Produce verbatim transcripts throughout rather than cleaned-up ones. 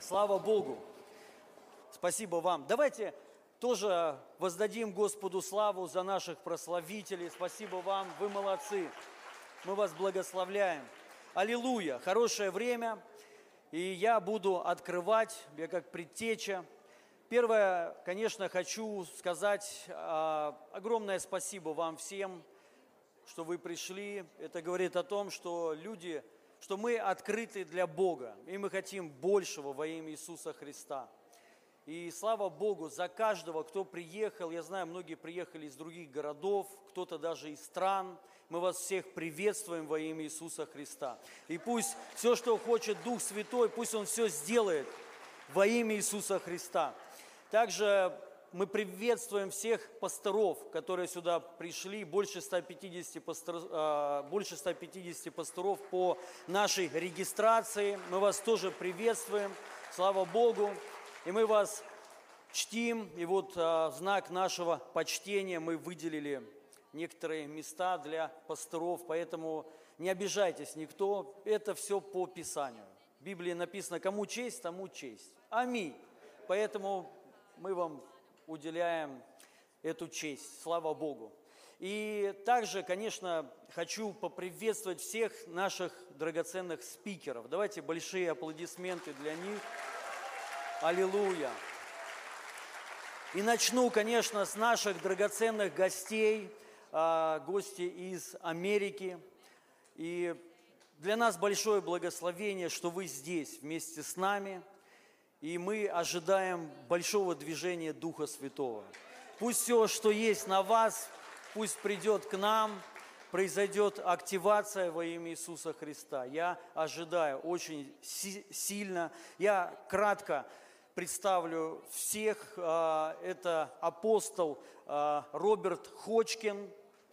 Слава Богу! Спасибо вам. Давайте тоже воздадим Господу славу за наших прославителей. Спасибо вам, вы молодцы. Мы вас благословляем. Аллилуйя! Хорошее время, и я буду открывать, я как предтеча. Первое, конечно, хочу сказать огромное спасибо вам всем, что вы пришли. Это говорит о том, что люди, что мы открыты для Бога, и мы хотим большего во имя Иисуса Христа. И слава Богу за каждого, кто приехал. Я знаю, многие приехали из других городов, кто-то даже из стран. Мы вас всех приветствуем во имя Иисуса Христа. И пусть все, что хочет Дух Святой, пусть Он все сделает во имя Иисуса Христа. Также мы приветствуем всех пасторов, которые сюда пришли, больше ста пятидесяти, пастор, больше ста пятидесяти пасторов по нашей регистрации. Мы вас тоже приветствуем, слава Богу, и мы вас чтим. И вот в знак нашего почтения мы выделили некоторые места для пасторов, поэтому не обижайтесь никто, это все по Писанию. В Библии написано, кому честь, тому честь. Аминь. Поэтому мы вам уделяем эту честь. Слава Богу. И также, конечно, хочу поприветствовать всех наших драгоценных спикеров. Давайте большие аплодисменты для них. Аллилуйя. И начну, конечно, с наших драгоценных гостей, гости из Америки. И для нас большое благословение, что вы здесь вместе с нами. И мы ожидаем большого движения Духа Святого. Пусть все, что есть на вас, пусть придет к нам, произойдет активация во имя Иисуса Христа. Я ожидаю очень си- сильно. Я кратко представлю всех. Это апостол Роберт Ходжкин.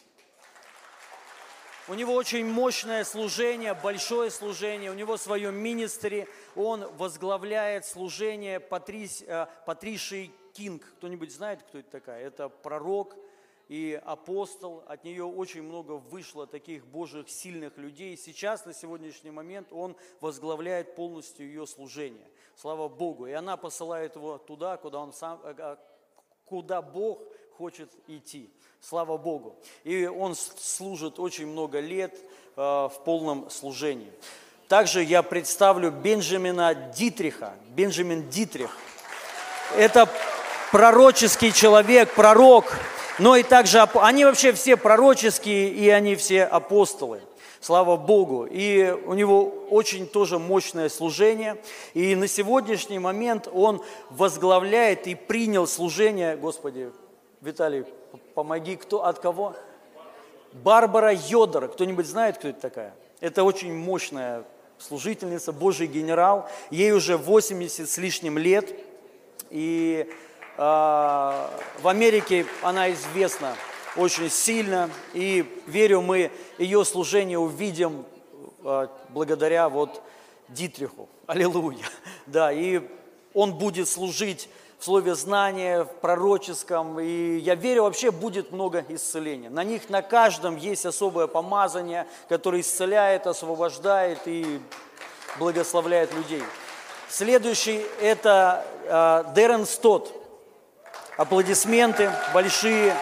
У него очень мощное служение, большое служение, у него свое министри, он возглавляет служение Патрис, Патришии Кинг. Кто-нибудь знает, кто это такая? Это пророк и апостол, от нее очень много вышло таких Божьих сильных людей. Сейчас, на сегодняшний момент, он возглавляет полностью ее служение. Слава Богу! И она посылает его туда, куда, он сам, куда Бог хочет идти. Слава Богу. И он служит очень много лет э, в полном служении. Также я представлю Бенджамина Дитриха. Бенджамин Дитрих. Это пророческий человек, пророк, но и также они вообще все пророческие, и они все апостолы. Слава Богу. И у него очень тоже мощное служение. И на сегодняшний момент он возглавляет и принял служение, Господи, Виталий, помоги, кто, от кого? Барбара Йодор. Кто-нибудь знает, кто это такая? Это очень мощная служительница, Божий генерал. Ей уже восемьдесят с лишним лет. И э, в Америке она известна очень сильно. И верю, мы ее служение увидим э, благодаря вот Дитриху. Аллилуйя. Да, и он будет служить в слове знания, в пророческом, и я верю, вообще будет много исцеления. На них, на каждом есть особое помазание, которое исцеляет, освобождает и благословляет людей. Следующий – это э, Дэрен Стотт. Аплодисменты большие.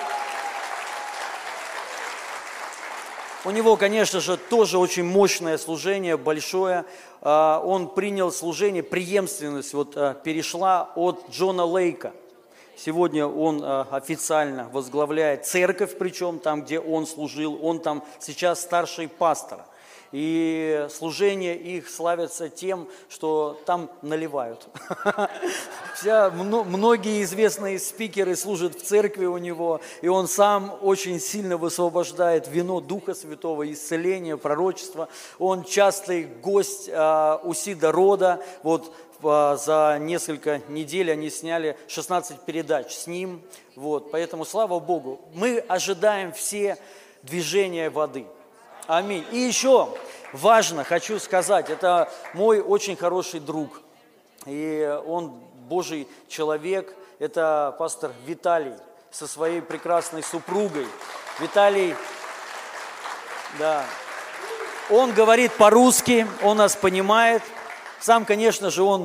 У него, конечно же, тоже очень мощное служение, большое. Он принял служение, преемственность вот перешла от Джона Лейка. Сегодня он официально возглавляет церковь, причем там, где он служил. Он там сейчас старший пастор. И служение их славится тем, что там наливают. Вся, многие известные спикеры служат в церкви у него, и он сам очень сильно высвобождает вино Духа Святого, исцеление, пророчество. Он частый гость а, у Сида Рода. Вот а, за несколько недель они сняли шестнадцать передач с ним. Вот, поэтому слава Богу. Мы ожидаем все движения воды. Аминь. И еще важно, хочу сказать, это мой очень хороший друг, и он Божий человек, это пастор Виталий со своей прекрасной супругой. Виталий, да, он говорит по-русски, он нас понимает. Сам, конечно же, он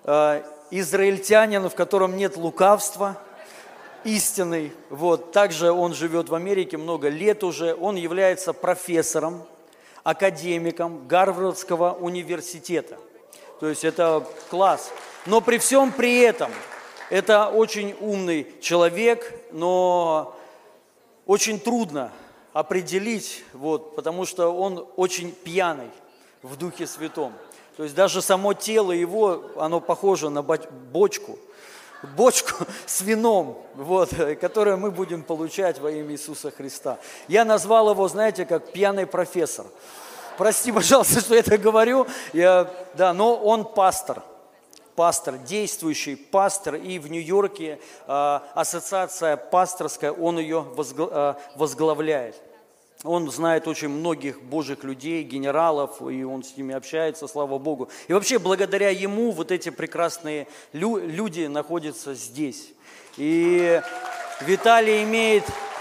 э, израильтянин, в котором нет лукавства, истинный. Вот. Также он живет в Америке много лет уже. Он является профессором, академиком Гарвардского университета. То есть это класс. Но при всем при этом, это очень умный человек, но очень трудно определить, вот, потому что он очень пьяный в Духе Святом. То есть даже само тело его, оно похоже на бочку, бочку с вином, вот, которую мы будем получать во имя Иисуса Христа. Я назвал его, знаете, как пьяный профессор. Прости, пожалуйста, что я это говорю, я, да, но он пастор. Пастор, действующий пастор, и в Нью-Йорке э, ассоциация пасторская, он ее возгла, э, возглавляет. Он знает очень многих Божьих людей, генералов, и он с ними общается, слава Богу. И вообще, благодаря ему вот эти прекрасные лю- люди находятся здесь. И Виталий имеет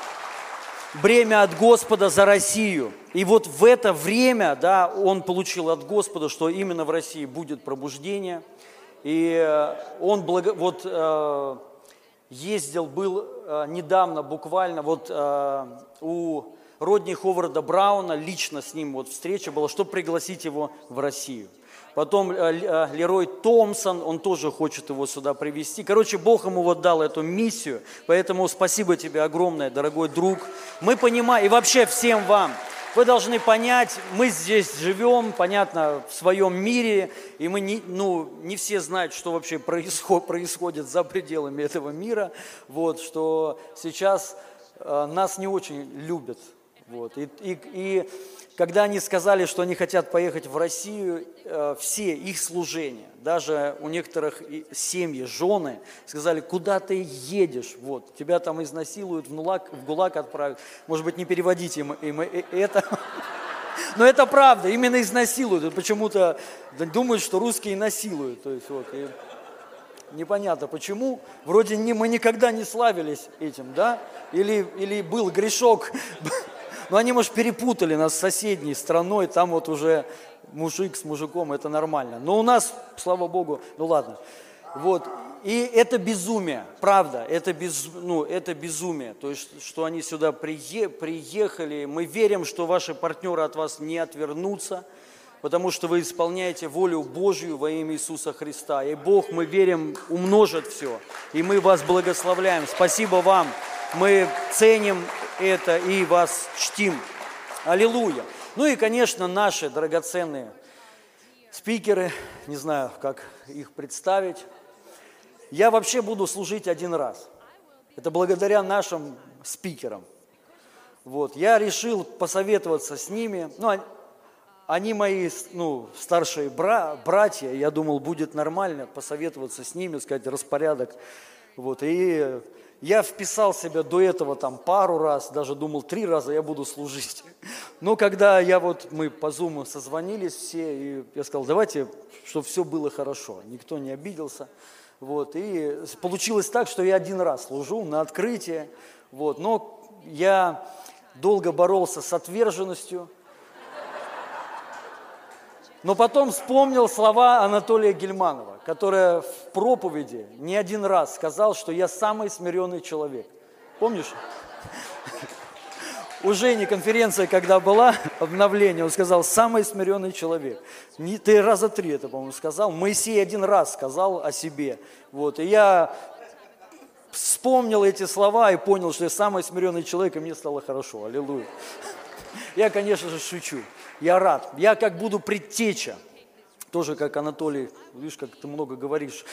бремя от Господа за Россию. И вот в это время, да, он получил от Господа, что именно в России будет пробуждение. И он благо, вот, э, ездил, был э, недавно буквально вот э, у Родни Ховарда Брауна, лично с ним вот встреча была, чтобы пригласить его в Россию. Потом э, э, Лерой Томпсон, он тоже хочет его сюда привезти. Короче, Бог ему вот дал эту миссию, поэтому спасибо тебе огромное, дорогой друг. Мы понимаем, и вообще всем вам, вы должны понять, мы здесь живем, понятно, в своем мире, и мы не, ну, не все знают, что вообще происход, происходит за пределами этого мира, вот, что сейчас э, нас не очень любят. Вот, и, и, и когда они сказали, что они хотят поехать в Россию, э, все их служения, даже у некоторых семьи, жены, сказали, куда ты едешь, вот, тебя там изнасилуют, в, нулак, в ГУЛАГ отправят, может быть, не переводите им, им это, но это правда, именно изнасилуют, почему-то думают, что русские насилуют, то есть вот, и непонятно почему, вроде не, мы никогда не славились этим, да, или, или был грешок. Но они, может, перепутали нас с соседней страной, там вот уже мужик с мужиком, это нормально. Но у нас, слава Богу, ну ладно. Вот. И это безумие, правда, это, без, ну, это безумие. То есть, что они сюда прие, приехали. Мы верим, что ваши партнеры от вас не отвернутся, потому что вы исполняете волю Божью во имя Иисуса Христа. И Бог, мы верим, умножит все. И мы вас благословляем. Спасибо вам. Мы ценим это и вас чтим. Аллилуйя. Ну и, конечно, наши драгоценные спикеры, не знаю, как их представить. Я вообще буду служить один раз. Это благодаря нашим спикерам. Вот. Я решил посоветоваться с ними. Ну, они мои, ну, старшие бра- братья. Я думал, будет нормально посоветоваться с ними, сказать распорядок. Вот. И я вписал себя до этого там пару раз, даже думал, три раза я буду служить. Но когда я вот, мы по зуму созвонились все, и я сказал, давайте, чтобы все было хорошо, никто не обиделся. Вот, и получилось так, что я один раз служу на открытие. Вот, но я долго боролся с отверженностью. Но потом вспомнил слова Анатолия Гельманова, который в проповеди не один раз сказал, что я самый смиренный человек. Помнишь? У Жени конференция, когда была, обновление, он сказал, самый смиренный человек. Ты раза три это, по-моему, сказал. Моисей один раз сказал о себе. Вот. И я вспомнил эти слова и понял, что я самый смиренный человек, и мне стало хорошо. Аллилуйя. Я, конечно же, шучу. Я рад. Я как буду предтеча. Тоже как Анатолий. Видишь, как ты много говоришь.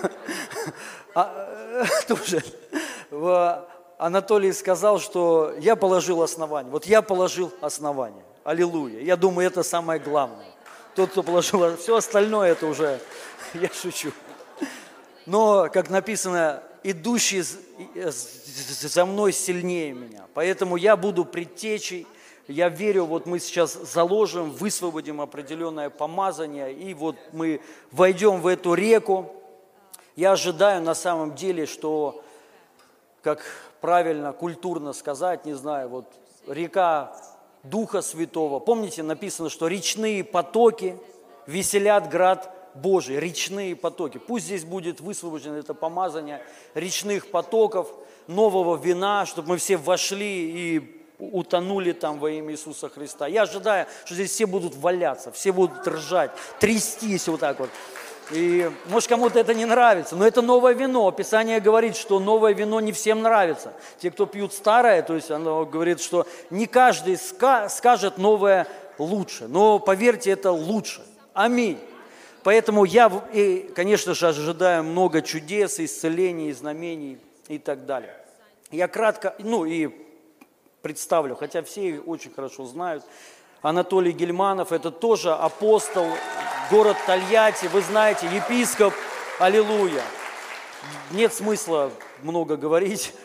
Тоже. Анатолий сказал, что я положил основание. Вот я положил основание. Аллилуйя. Я думаю, это самое главное. Тот, кто положил, все остальное, это уже, я шучу. Но, как написано, идущий за мной сильнее меня. Поэтому я буду предтечей. Я верю, вот мы сейчас заложим, высвободим определенное помазание, и вот мы войдем в эту реку. Я ожидаю на самом деле, что, как правильно, культурно сказать, не знаю, вот река Духа Святого. Помните, написано, что речные потоки веселят град Божий, речные потоки. Пусть здесь будет высвобождено это помазание речных потоков, нового вина, чтобы мы все вошли и утонули там во имя Иисуса Христа. Я ожидаю, что здесь все будут валяться, все будут ржать, трястись вот так вот. И может кому-то это не нравится, но это новое вино. Писание говорит, что новое вино не всем нравится. Те, кто пьют старое, то есть оно говорит, что не каждый ска- скажет новое лучше. Но поверьте, это лучше. Аминь. Поэтому я, и, конечно же, ожидаю много чудес, исцелений, знамений и так далее. Я кратко, ну и представлю, хотя все их очень хорошо знают. Анатолий Гельманов, это тоже апостол, город Тольятти, вы знаете, епископ, аллилуйя. Нет смысла много говорить.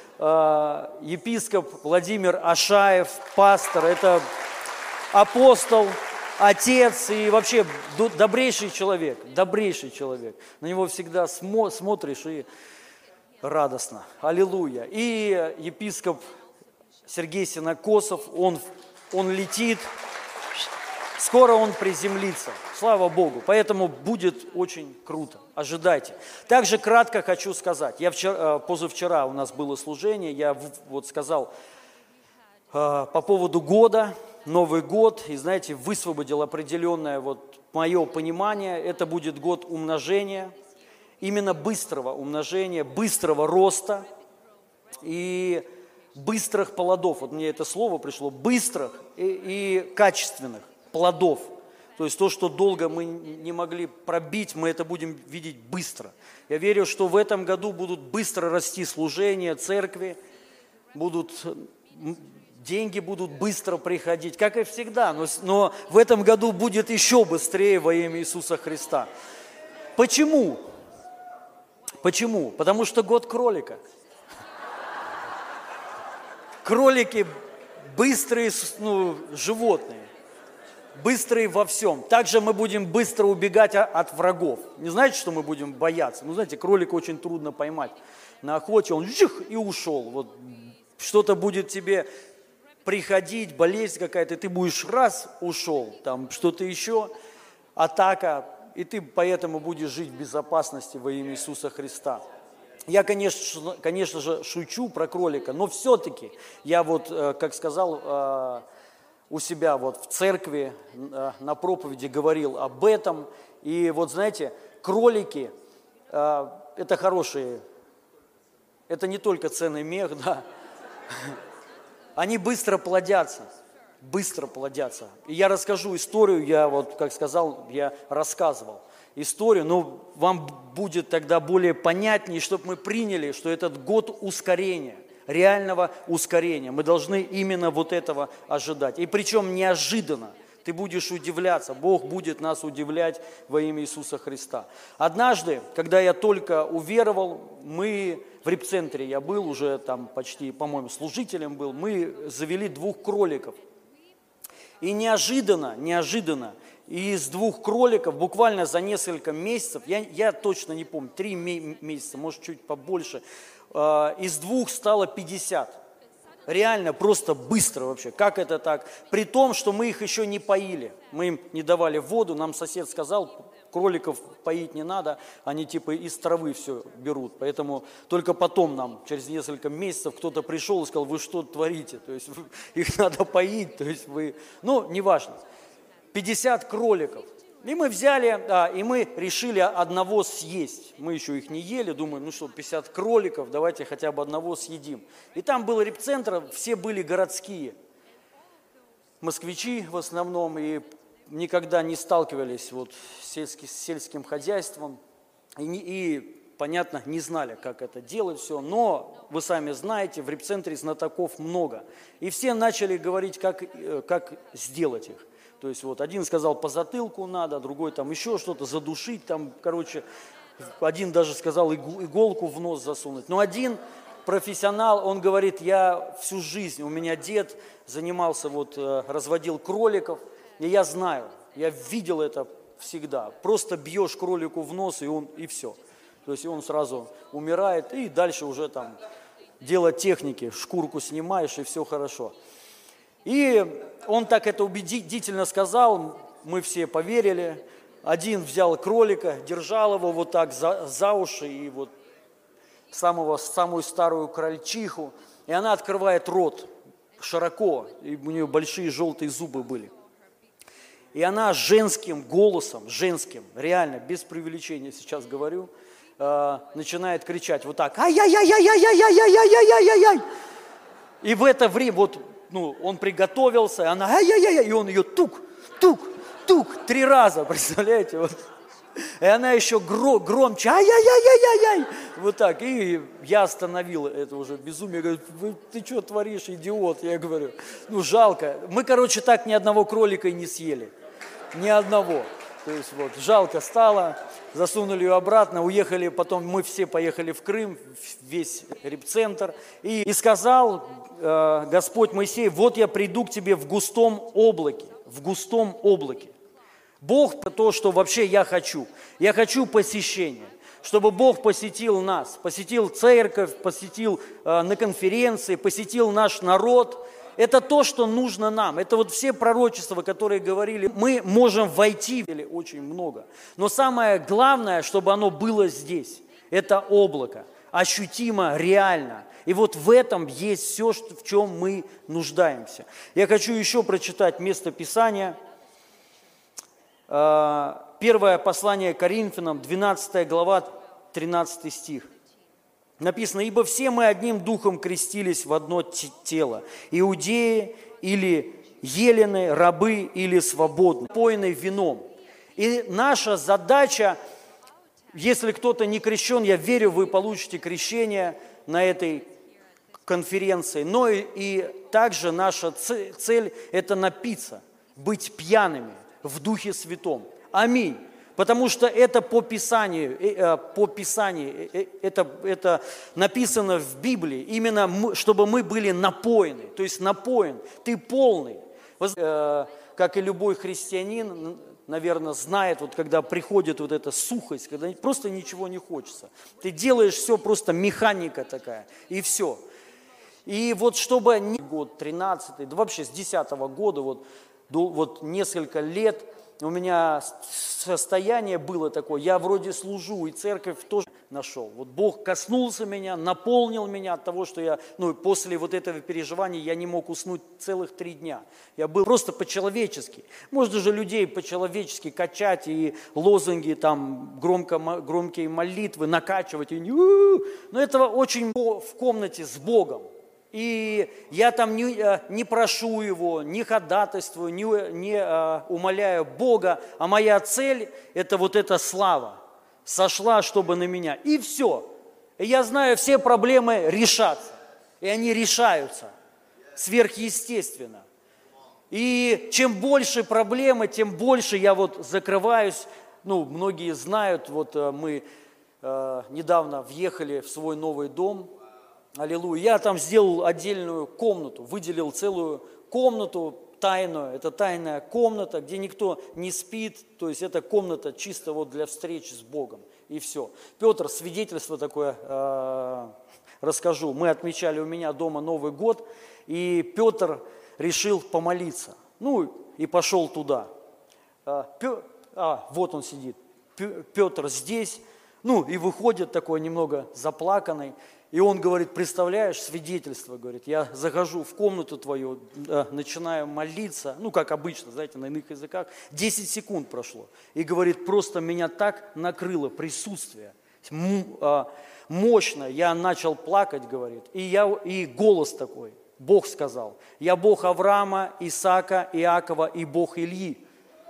Епископ Владимир Ашаев, пастор, это апостол, отец и вообще добрейший человек, добрейший человек. На него всегда смо- смотришь и радостно. Аллилуйя. И епископ Сергей Сенокосов, он, он летит, скоро он приземлится. Слава Богу. Поэтому будет очень круто. Ожидайте. Также кратко хочу сказать. Я вчера, позавчера у нас было служение, я вот сказал по поводу года, Новый год, и знаете, высвободил определенное вот мое понимание, это будет год умножения, именно быстрого умножения, быстрого роста и быстрых плодов. Вот мне это слово пришло, быстрых и, и качественных плодов. То есть то, что долго мы не могли пробить, мы это будем видеть быстро. Я верю, что в этом году будут быстро расти служения, церкви, будут... Деньги будут быстро приходить, как и всегда, но, но в этом году будет еще быстрее во имя Иисуса Христа. Почему? Почему? Потому что год кролика. Кролики быстрые, ну, животные, быстрые во всем. Также мы будем быстро убегать от врагов. Не знаете, что мы будем бояться? Ну, знаете, кролика очень трудно поймать. На охоте он жих, и ушел. Вот что-то будет тебе... приходить, болезнь какая-то, ты будешь раз, ушел, там что-то еще, атака, и ты поэтому будешь жить в безопасности во имя Иисуса Христа. Я, конечно, конечно же, шучу про кролика, но все-таки я вот, как сказал, у себя вот в церкви на проповеди говорил об этом, и вот знаете, кролики, это хорошие, это не только ценный мех, да, они быстро плодятся, быстро плодятся. И я расскажу историю, я вот, как сказал, я рассказывал историю, но вам будет тогда более понятнее, чтобы мы приняли, что этот год ускорения, реального ускорения. Мы должны именно вот этого ожидать. И причем неожиданно. Ты будешь удивляться, Бог будет нас удивлять во имя Иисуса Христа. Однажды, когда я только уверовал, мы в репцентре, я был уже там почти, по-моему, служителем был, мы завели двух кроликов. И неожиданно, неожиданно, из двух кроликов буквально за несколько месяцев, я, я точно не помню, три месяца, может чуть побольше, э, из двух стало пятьдесят. Реально, просто быстро вообще. Как это так? При том, что мы их еще не поили. Мы им не давали воду. Нам сосед сказал, кроликов поить не надо. Они типа из травы все берут. Поэтому только потом нам, через несколько месяцев, кто-то пришел и сказал, вы что творите? То есть их надо поить. То есть вы... Ну, неважно. пятьдесят кроликов. И мы взяли, а, и мы решили одного съесть. Мы еще их не ели, думаем, ну что, пятьдесят кроликов, давайте хотя бы одного съедим. И там был репцентр, все были городские. Москвичи в основном, и никогда не сталкивались вот с, сельски, с сельским хозяйством. И, и, понятно, не знали, как это делать все. Но, вы сами знаете, в репцентре знатоков много. И все начали говорить, как, как сделать их. То есть вот один сказал, по затылку надо, другой там еще что-то, задушить там, короче, один даже сказал иголку в нос засунуть. Но один профессионал, он говорит, я всю жизнь, у меня дед занимался, вот разводил кроликов, и я знаю, я видел это всегда. Просто бьешь кролику в нос, и он, и все. То есть он сразу умирает, и дальше уже там дело техники, шкурку снимаешь, и все хорошо. И он так это убедительно сказал, мы все поверили, один взял кролика, держал его вот так за, за уши, и вот самого, самую старую крольчиху, и она открывает рот широко, и у нее большие желтые зубы были. И она женским голосом, женским, реально, без преувеличения сейчас говорю, э, начинает кричать вот так: ай-яй-яй-яй-яй-яй-яй-яй-яй-яй-яй-яй. И в это время вот, ну, он приготовился, и она ай-яй-яй, и он ее тук, тук, тук, три раза, представляете, вот. И она еще гро- громче, ай-яй-яй-яй-яй-яй, вот так. И я остановил это уже безумие, говорю: ты что творишь, идиот, я говорю, ну жалко. Мы, короче, так ни одного кролика и не съели, ни одного. То есть вот, жалко стало, засунули ее обратно, уехали, потом мы все поехали в Крым, весь репцентр. И, и сказал э, Господь Моисею: вот я приду к тебе в густом облаке, в густом облаке. Бог – то, что вообще я хочу. Я хочу посещения, чтобы Бог посетил нас, посетил церковь, посетил э, на конференции, посетил наш народ. Это то, что нужно нам. Это вот все пророчества, которые говорили, мы можем войти, или очень много. Но самое главное, чтобы оно было здесь. Это облако, ощутимо, реально. И вот в этом есть все, в чем мы нуждаемся. Я хочу еще прочитать место Писания. Первое послание Коринфянам, двенадцатая глава, тринадцатый стих. Написано: «Ибо все мы одним духом крестились в одно тело, иудеи или елены, рабы или свободные, напоенные вином». И наша задача, если кто-то не крещен, я верю, вы получите крещение на этой конференции, но и, и также наша цель – это напиться, быть пьяными в Духе Святом. Аминь. Потому что это по Писанию, по Писанию это, это написано в Библии, именно чтобы мы были напоены, то есть напоен, ты полный. Как и любой христианин, наверное, знает, вот когда приходит вот эта сухость, когда просто ничего не хочется. Ты делаешь все, просто механика такая, и все. И вот чтобы год тринадцатый, да вообще с десятого года, вот, вот несколько лет у меня состояние было такое, я вроде служу, и церковь тоже нашел. Вот Бог коснулся меня, наполнил меня от того, что я, ну, после вот этого переживания я не мог уснуть целых три дня. Я был просто по-человечески. Можно же людей по-человечески качать и лозунги, там, громко, громкие молитвы накачивать. И, но этого очень в комнате с Богом. И я там не, не прошу Его, не ходатайствую, не, не а, умоляю Бога, а моя цель – это вот эта слава сошла, чтобы на меня. И все. И я знаю, все проблемы решатся. И они решаются сверхъестественно. И чем больше проблемы, тем больше я вот закрываюсь. Ну, многие знают, вот мы э, недавно въехали в свой новый дом. Аллилуйя. Я там сделал отдельную комнату, выделил целую комнату тайную. Это тайная комната, где никто не спит. То есть это комната чисто вот для встречи с Богом. И все. Петр, свидетельство такое э, расскажу. Мы отмечали у меня дома Новый год, и Петр решил помолиться. Ну, и пошел туда. А, Пё... а вот он сидит. Петр здесь. Ну, и выходит такой немного заплаканный. И он говорит: представляешь, свидетельство, говорит, я захожу в комнату твою, э, начинаю молиться, ну, как обычно, знаете, на иных языках, десять секунд прошло. И говорит, просто меня так накрыло присутствие, э, мощно, я начал плакать, говорит, и, я, и голос такой, Бог сказал: я Бог Авраама, Исаака, Иакова и Бог Ильи.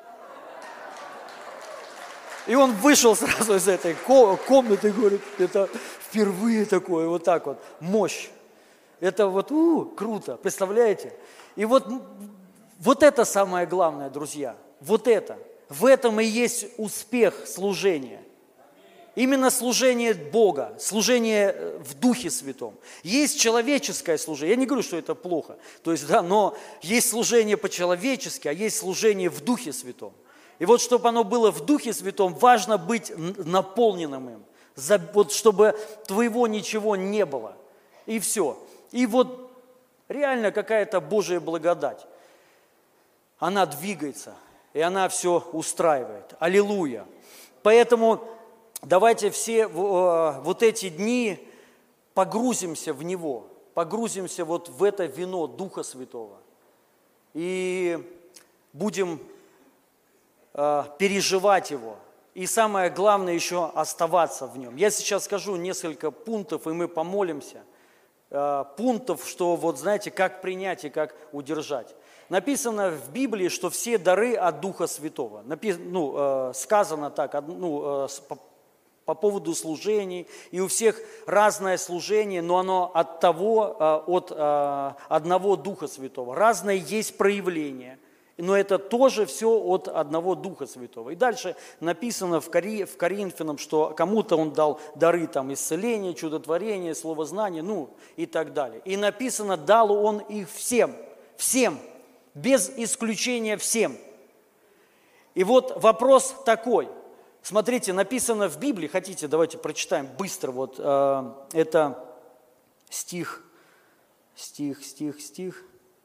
И он вышел сразу из этой комнаты, говорит, это впервые такое, вот так вот, мощь. Это вот, у, круто, представляете? И вот, вот это самое главное, друзья, вот это. В этом и есть успех служения. Именно служение Бога, служение в Духе Святом. Есть человеческое служение, я не говорю, что это плохо, то есть, да, но есть служение по-человечески, а есть служение в Духе Святом. И вот, чтобы оно было в Духе Святом, важно быть наполненным им, вот, чтобы твоего ничего не было. И все. И вот реально какая-то Божья благодать, она двигается. и она все устраивает. Аллилуйя. Поэтому давайте все вот эти дни погрузимся в Него, погрузимся вот в это вино Духа Святого и будем э, переживать Его. И самое главное еще оставаться в Нем. Я сейчас скажу несколько пунктов, и мы помолимся. Э, пунктов, что вот знаете, как принять и как удержать. Написано в Библии, что все дары от Духа Святого. Напи- ну, э, сказано так, ну, э, по, по поводу служений, и у всех разное служение, но оно от того, э, от э, одного Духа Святого. Разное есть проявление, но это тоже все от одного Духа Святого. И дальше написано в, Кори, в Коринфянам, что кому-то Он дал дары там, исцеления, чудотворения, словознания, ну и так далее. И написано, дал Он их всем, всем. Без исключения всем. И вот вопрос такой. Смотрите, написано в Библии, хотите, давайте прочитаем быстро. Вот э, это стих, стих, стих, стих.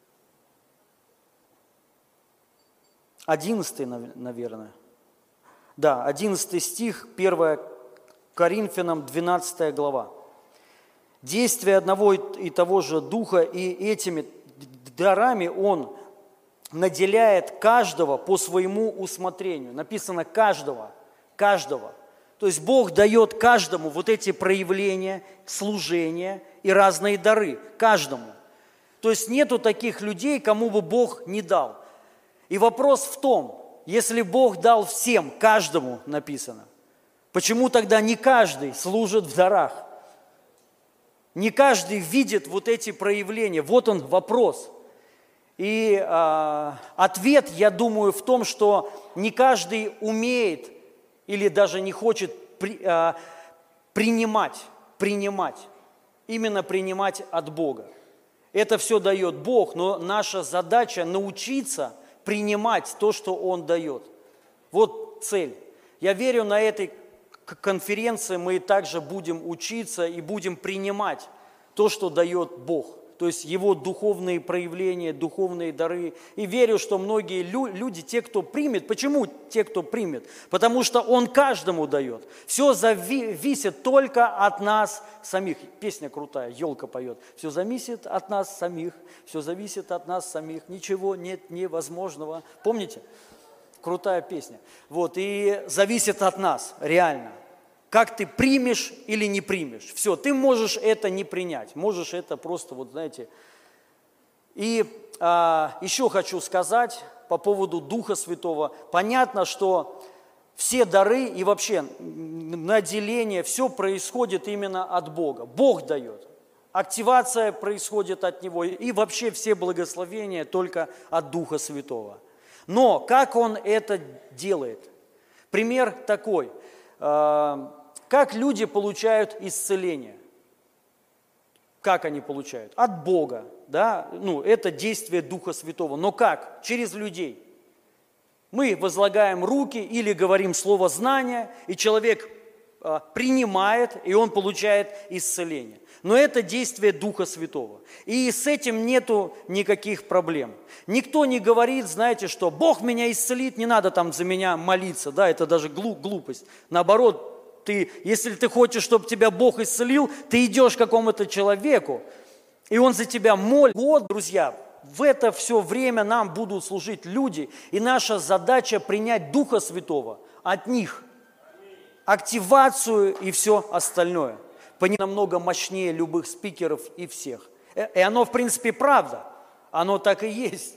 Одиннадцатый, наверное. Да, одиннадцатый стих, первое Коринфянам, двенадцатая глава. Действие одного и того же Духа, и этими дарами Он наделяет каждого по своему усмотрению. Написано каждого, каждого. То есть Бог дает каждому вот эти проявления, служения и разные дары. Каждому. То есть нету таких людей, кому бы Бог не дал. И вопрос в том, если Бог дал всем, каждому написано, почему тогда не каждый служит в дарах? Не каждый видит вот эти проявления. Вот он вопрос. И э, ответ, я думаю, в том, что не каждый умеет или даже не хочет при, э, принимать, принимать, именно принимать от Бога. Это все дает Бог, но наша задача научиться принимать то, что Он дает. Вот цель. Я верю, на этой конференции мы также будем учиться и будем принимать то, что дает Бог. То есть Его духовные проявления, духовные дары. И верю, что многие люди, те, кто примет, почему те, кто примет? Потому что Он каждому дает. Все зависит только от нас самих. Песня крутая, елка поет. Все зависит от нас самих, все зависит от нас самих. Ничего нет невозможного. Помните? Крутая песня. Вот, и зависит от нас, реально. Как ты примешь или не примешь. Все, ты можешь это не принять, можешь это просто, вот знаете. И а, еще хочу сказать по поводу Духа Святого. Понятно, что все дары и вообще наделение, все происходит именно от Бога. Бог дает. Активация происходит от Него. И вообще все благословения только от Духа Святого. Но как Он это делает? Пример такой. Как люди получают исцеление? Как они получают? От Бога, да? Ну, это действие Духа Святого. Но как? Через людей. Мы возлагаем руки или говорим слово знания, и человек а, принимает, и он получает исцеление. Но это действие Духа Святого. И с этим нету никаких проблем. Никто не говорит, знаете, что Бог меня исцелит, не надо там за меня молиться, да, это даже глупость. Наоборот, ты, если ты хочешь, чтобы тебя Бог исцелил, ты идешь к какому-то человеку, и он за тебя молит. Вот, друзья, в это все время нам будут служить люди, и наша задача принять Духа Святого от них, активацию и все остальное. Они намного мощнее любых спикеров и всех. И оно, в принципе, правда. Оно так и есть.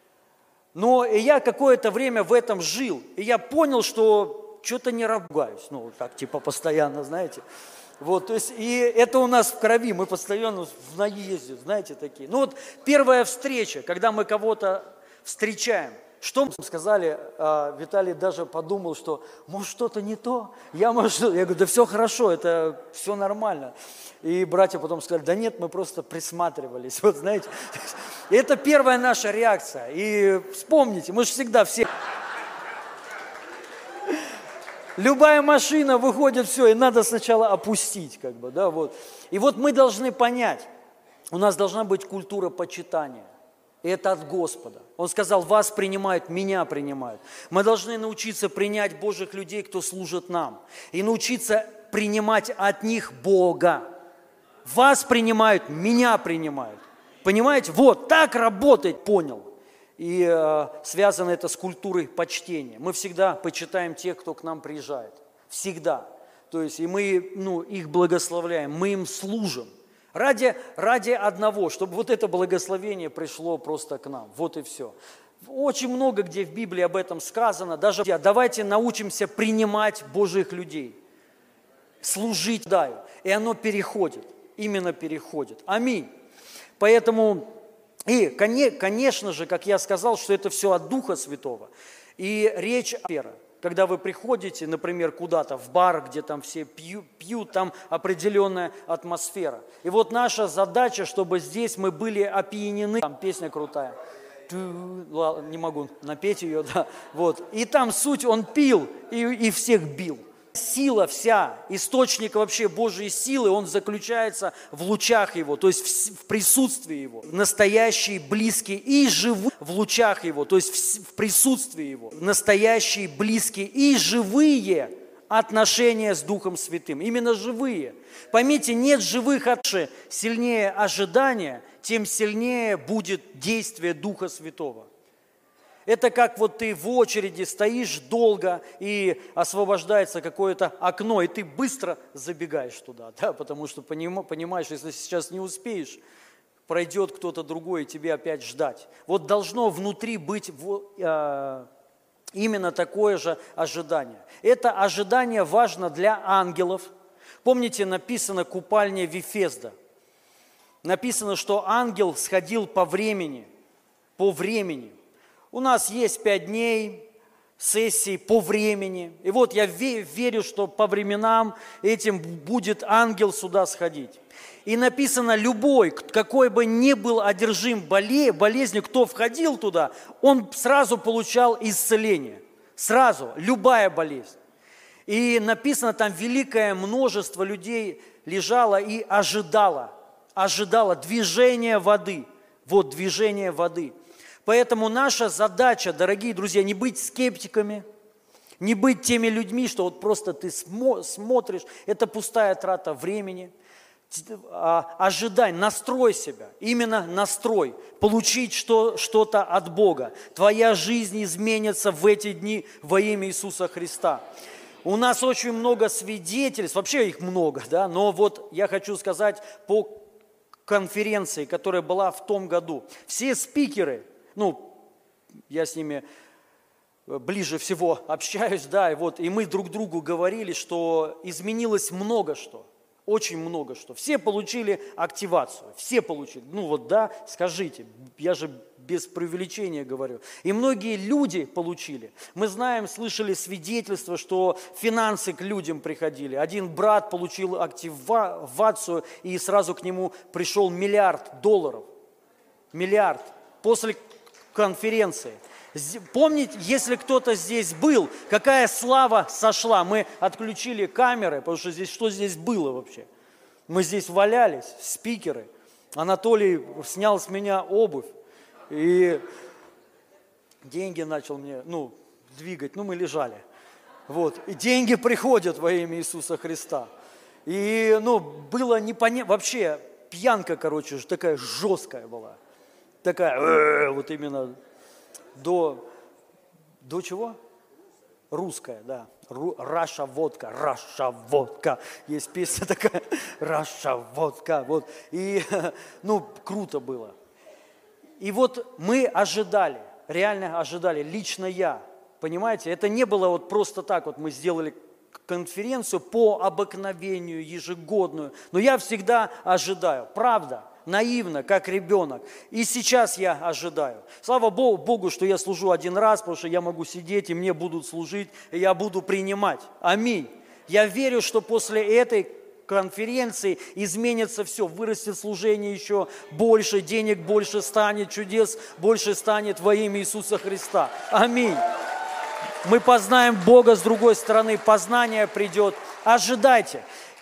Но я какое-то время в этом жил. И я понял, что что-то не ругаюсь. Ну, так, типа, постоянно, знаете. Вот, то есть, и это у нас в крови. Мы постоянно в наезде, знаете, такие. Ну, вот первая встреча, когда мы кого-то встречаем. Что мы сказали, Виталий даже подумал, что может что-то не то, я может что-то. Я говорю, да все хорошо, это все нормально. И братья потом сказали, да нет, мы просто присматривались, вот знаете. Это первая наша реакция. И вспомните, мы же всегда все... Любая машина выходит, все, и надо сначала опустить, как бы, да, вот. И вот мы должны понять, у нас должна быть культура почитания. Это от Господа. Он сказал, вас принимают, меня принимают. Мы должны научиться принять Божьих людей, кто служит нам. И научиться принимать от них Бога. Вас принимают, меня принимают. Понимаете? Вот, так работать, понял. И э, связано это с культурой почтения. Мы всегда почитаем тех, кто к нам приезжает. Всегда. То есть, и мы ну, их благословляем, мы им служим. Ради, ради одного, чтобы вот это благословение пришло просто к нам. Вот и все. Очень много где в Библии об этом сказано. Даже давайте научимся принимать Божьих людей. Служить, даю. И оно переходит. Именно переходит. Аминь. Поэтому, и, конечно же, как я сказал, что это все от Духа Святого. И речь о... Когда вы приходите, например, куда-то в бар, где там все пьют, пьют, там определенная атмосфера. И вот наша задача, чтобы здесь мы были опьянены. Там песня крутая. Не могу напеть ее, да. Вот. И там суть, он пил и, и всех бил. Сила вся, источник вообще Божьей силы, он заключается в лучах Его, то есть в, в присутствии Его. Настоящий, близкий и живые в лучах Его, то есть в, в присутствии Его. Настоящие, близкие и живые отношения с Духом Святым. Именно живые. Поймите, нет живых отношений. Сильнее ожидания, тем сильнее будет действие Духа Святого. Это как вот ты в очереди стоишь долго, и освобождается какое-то окно, и ты быстро забегаешь туда, да, потому что понимаешь, если сейчас не успеешь, пройдет кто-то другой, и тебе опять ждать. Вот должно внутри быть э, именно такое же ожидание. Это ожидание важно для ангелов. Помните, написано «купальня Вифезда». Написано, что ангел сходил по времени, по времени. У нас есть пять дней сессий по времени. И вот я верю, что по временам этим будет ангел сюда сходить. И написано, любой, какой бы ни был одержим болезнью, кто входил туда, он сразу получал исцеление. Сразу, любая болезнь. И написано, там великое множество людей лежало и ожидало. Ожидало движения воды. Вот движение воды. Поэтому наша задача, дорогие друзья, не быть скептиками, не быть теми людьми, что вот просто ты смотришь, это пустая трата времени. Ожидай, настрой себя, именно настрой, получить что, что-то от Бога. Твоя жизнь изменится в эти дни во имя Иисуса Христа. У нас очень много свидетельств, вообще их много, да, но вот я хочу сказать по конференции, которая была в том году. Все спикеры, ну, я с ними ближе всего общаюсь, да, и вот, и мы друг другу говорили, что изменилось много что, очень много что. Все получили активацию, все получили, ну вот, да, скажите, я же без преувеличения говорю. И многие люди получили. Мы знаем, слышали свидетельства, что финансы к людям приходили. Один брат получил активацию, и сразу к нему пришел миллиард долларов. Миллиард. После конференции. Помните, если кто-то здесь был, какая слава сошла. Мы отключили камеры, потому что здесь, что здесь было вообще? Мы здесь валялись, спикеры. Анатолий снял с меня обувь. И деньги начал мне, ну, двигать, ну, мы лежали. Вот, и деньги приходят во имя Иисуса Христа. И, ну, было непонятно, вообще пьянка, короче, такая жесткая была. Такая, вот именно до, до чего? Русская, да. Раша водка, Раша водка. Есть песня такая, Раша водка. Вот. И, ну, круто было. И вот мы ожидали, реально ожидали, лично я, понимаете, это не было вот просто так, вот мы сделали конференцию по обыкновению ежегодную, но я всегда ожидаю, правда, наивно, как ребенок, и сейчас я ожидаю. Слава Богу, Богу, что я служу один раз, потому что я могу сидеть, и мне будут служить, и я буду принимать. Аминь. Я верю, что после этой конференции изменится все, вырастет служение еще больше, денег больше станет, чудес больше станет во имя Иисуса Христа. Аминь. Мы познаем Бога с другой стороны, познание придет. Ожидайте.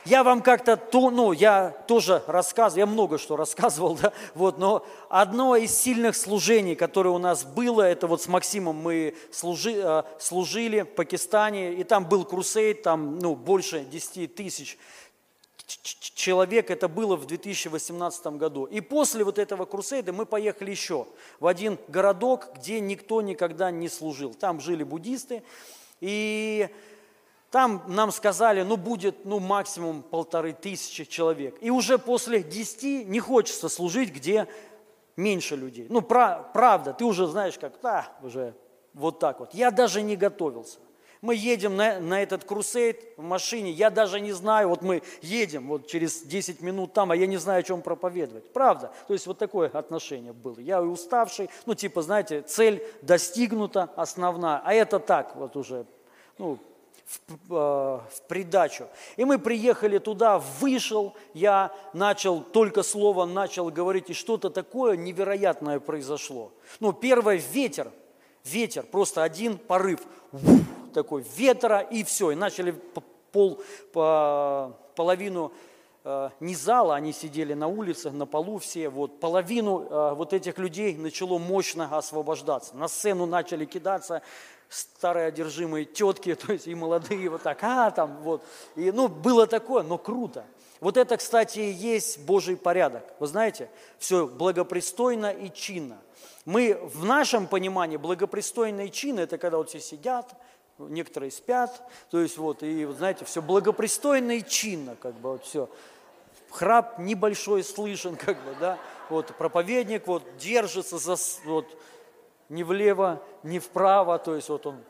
я вам как-то, то, ну, я тоже рассказывал, я много что рассказывал, да, вот, но одно из сильных служений, которое у нас было, это вот с Максимом мы служи, служили в Пакистане, и там был крусейд, там, ну, больше десяти тысяч человек, это было в две тысячи восемнадцатом году. И после вот этого крусейда мы поехали еще в один городок, где никто никогда не служил. Там жили буддисты, и там нам сказали, ну будет ну, максимум полторы тысячи человек. И уже после десяти не хочется служить, где меньше людей. Ну, правда, ты уже знаешь, как, да, уже вот так вот. Я даже не готовился. Мы едем на, на этот крусейд в машине, я даже не знаю, вот мы едем вот через десять минут там, а я не знаю, о чем проповедовать. Правда? То есть вот такое отношение было. Я и уставший, ну типа, знаете, цель достигнута основная, а это так вот уже, ну, в, э, в придачу. И мы приехали туда, вышел, я начал, только слово начал говорить, и что-то такое невероятное произошло. Ну, первое, ветер, ветер, просто один порыв, такой ветра, и все. И начали пол, по, половину э, не зала, они сидели на улице, на полу все, вот, половину э, вот этих людей начало мощно освобождаться. На сцену начали кидаться старые одержимые тетки, то есть и молодые, вот так, а, там, вот. И, ну, было такое, но круто. Вот это, кстати, и есть Божий порядок. Вы знаете, все благопристойно и чинно. Мы в нашем понимании благопристойно и чинно, это когда вот все сидят, некоторые спят, то есть вот, и, вот, знаете, все благопристойно и чинно, как бы, вот все. Храп небольшой слышен, как бы, да, вот, проповедник вот держится за, вот, ни влево, ни вправо, то есть вот он.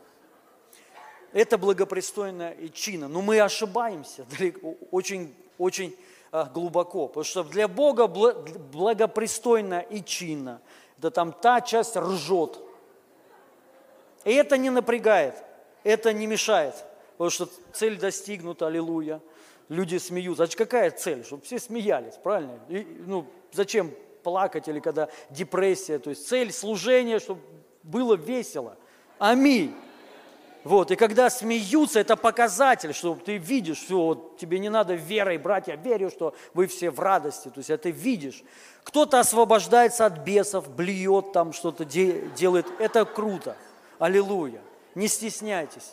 Это благопристойно и чинно, но мы ошибаемся далеко, очень, очень а, глубоко, потому что для Бога благопристойно и чинно, это там та часть ржет, и это не напрягает. Это не мешает, потому что цель достигнута, аллилуйя. Люди смеются. А какая цель? Чтобы все смеялись, правильно? И, ну, зачем плакать или когда депрессия? То есть цель служения, чтобы было весело. Аминь. Вот, и когда смеются, это показатель, что ты видишь, все, вот, тебе не надо верой брать, я верю, что вы все в радости, то есть это ты видишь. Кто-то освобождается от бесов, блюет там, что-то де- делает, это круто, аллилуйя. Не стесняйтесь.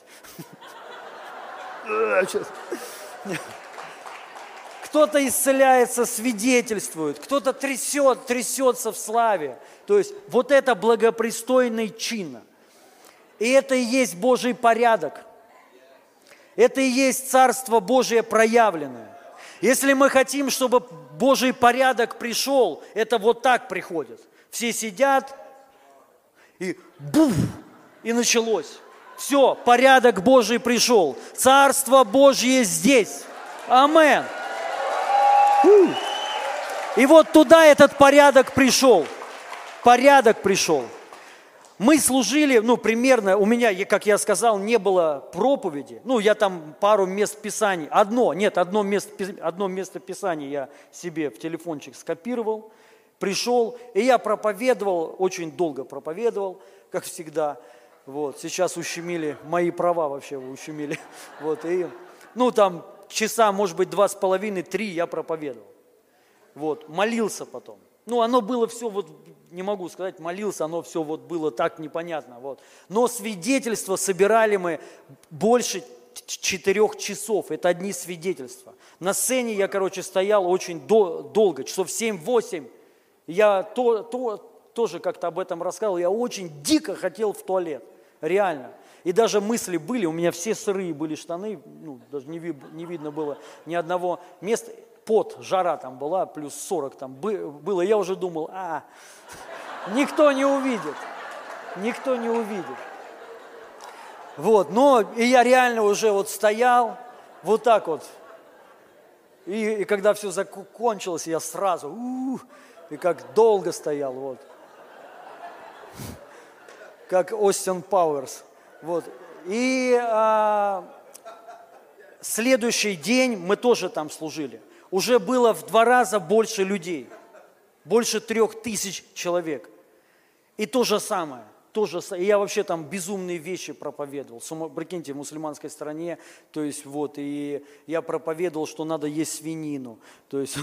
Кто-то исцеляется, свидетельствует, кто-то трясет, трясется в славе. То есть вот это благопристойный чин. И это и есть Божий порядок. Это и есть Царство Божие проявленное. Если мы хотим, чтобы Божий порядок пришел, это вот так приходит. Все сидят, и буф, и началось. Все, порядок Божий пришел. Царство Божье здесь. Амен. И вот туда этот порядок пришел. Порядок пришел. Мы служили, ну, примерно, у меня, как я сказал, не было проповеди. Ну, я там пару мест Писаний. Одно, нет, одно место, одно место Писания я себе в телефончик скопировал. Пришел, и я проповедовал, очень долго проповедовал, как всегда. Вот, сейчас ущемили, мои права вообще ущемили. Вот, и, ну, там часа, может быть, два с половиной, три я проповедовал. Вот, молился потом. Ну, оно было все, вот, не могу сказать, молился, оно все вот было так непонятно. Вот. Но свидетельства собирали мы больше четырех часов. Это одни свидетельства. На сцене я, короче, стоял очень до, долго, часов семь-восемь. Я то, то, тоже как-то об этом рассказывал. Я очень дико хотел в туалет. Реально. И даже мысли были, у меня все сырые были штаны, ну, даже не, ви, не видно было ни одного места. Пот, жара там была, плюс сорок там было. Я уже думал, а, никто не увидит, никто не увидит. Вот, но и я реально уже вот стоял, вот так вот. И, и когда все закончилось, я сразу, у-у-у, и как долго стоял, вот. Как Остин Пауэрс. Вот. И а, следующий день мы тоже там служили. Уже было в два раза больше людей. Больше трех тысяч человек. И то же самое. тоже, и я вообще там безумные вещи проповедовал. Сума, прикиньте, в мусульманской стране, то есть вот, и я проповедовал, что надо есть свинину, то есть,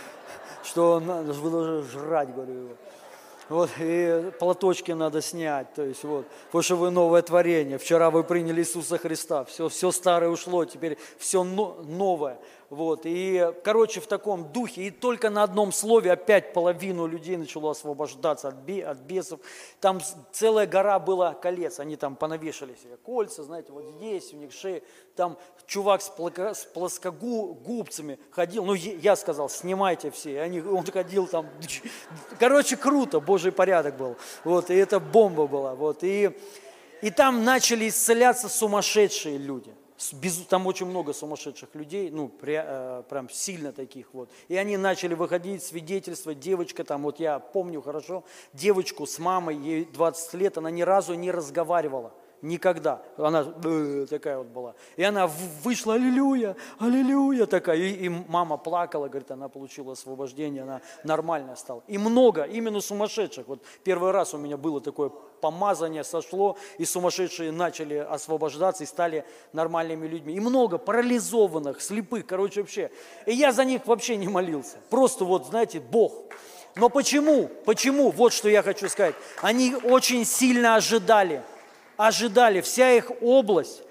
что надо жрать, говорю, вот, и платочки надо снять, то есть вот, потому что вы новое творение, вчера вы приняли Иисуса Христа, все, все старое ушло, теперь все новое. Вот, и, короче, в таком духе, и только на одном слове опять половину людей начало освобождаться от, бе, от бесов. Там целая гора была колец, они там понавешали себе кольца, знаете, вот здесь у них шеи. Там чувак с, плоко, с плоскогубцами ходил, ну, я сказал, снимайте все, и они, он ходил там, короче, круто, Божий порядок был, вот, и это бомба была, вот, и, и там начали исцеляться сумасшедшие люди. Там очень много сумасшедших людей, ну, прям сильно таких вот. И они начали выходить, свидетельствовать. Девочка там, вот я помню хорошо, девочку с мамой, ей двадцать лет, она ни разу не разговаривала. Никогда. Она э, такая вот была. И она вышла, аллилуйя, аллилуйя такая. И, и мама плакала, говорит, она получила освобождение, она нормальная стала. И много, именно сумасшедших. Вот первый раз у меня было такое помазание, сошло, и сумасшедшие начали освобождаться и стали нормальными людьми. И много парализованных, слепых, короче, вообще. И я за них вообще не молился. Просто вот, знаете, Бог. Но почему? Почему? Вот что я хочу сказать. Они очень сильно ожидали. Ожидали, вся их область,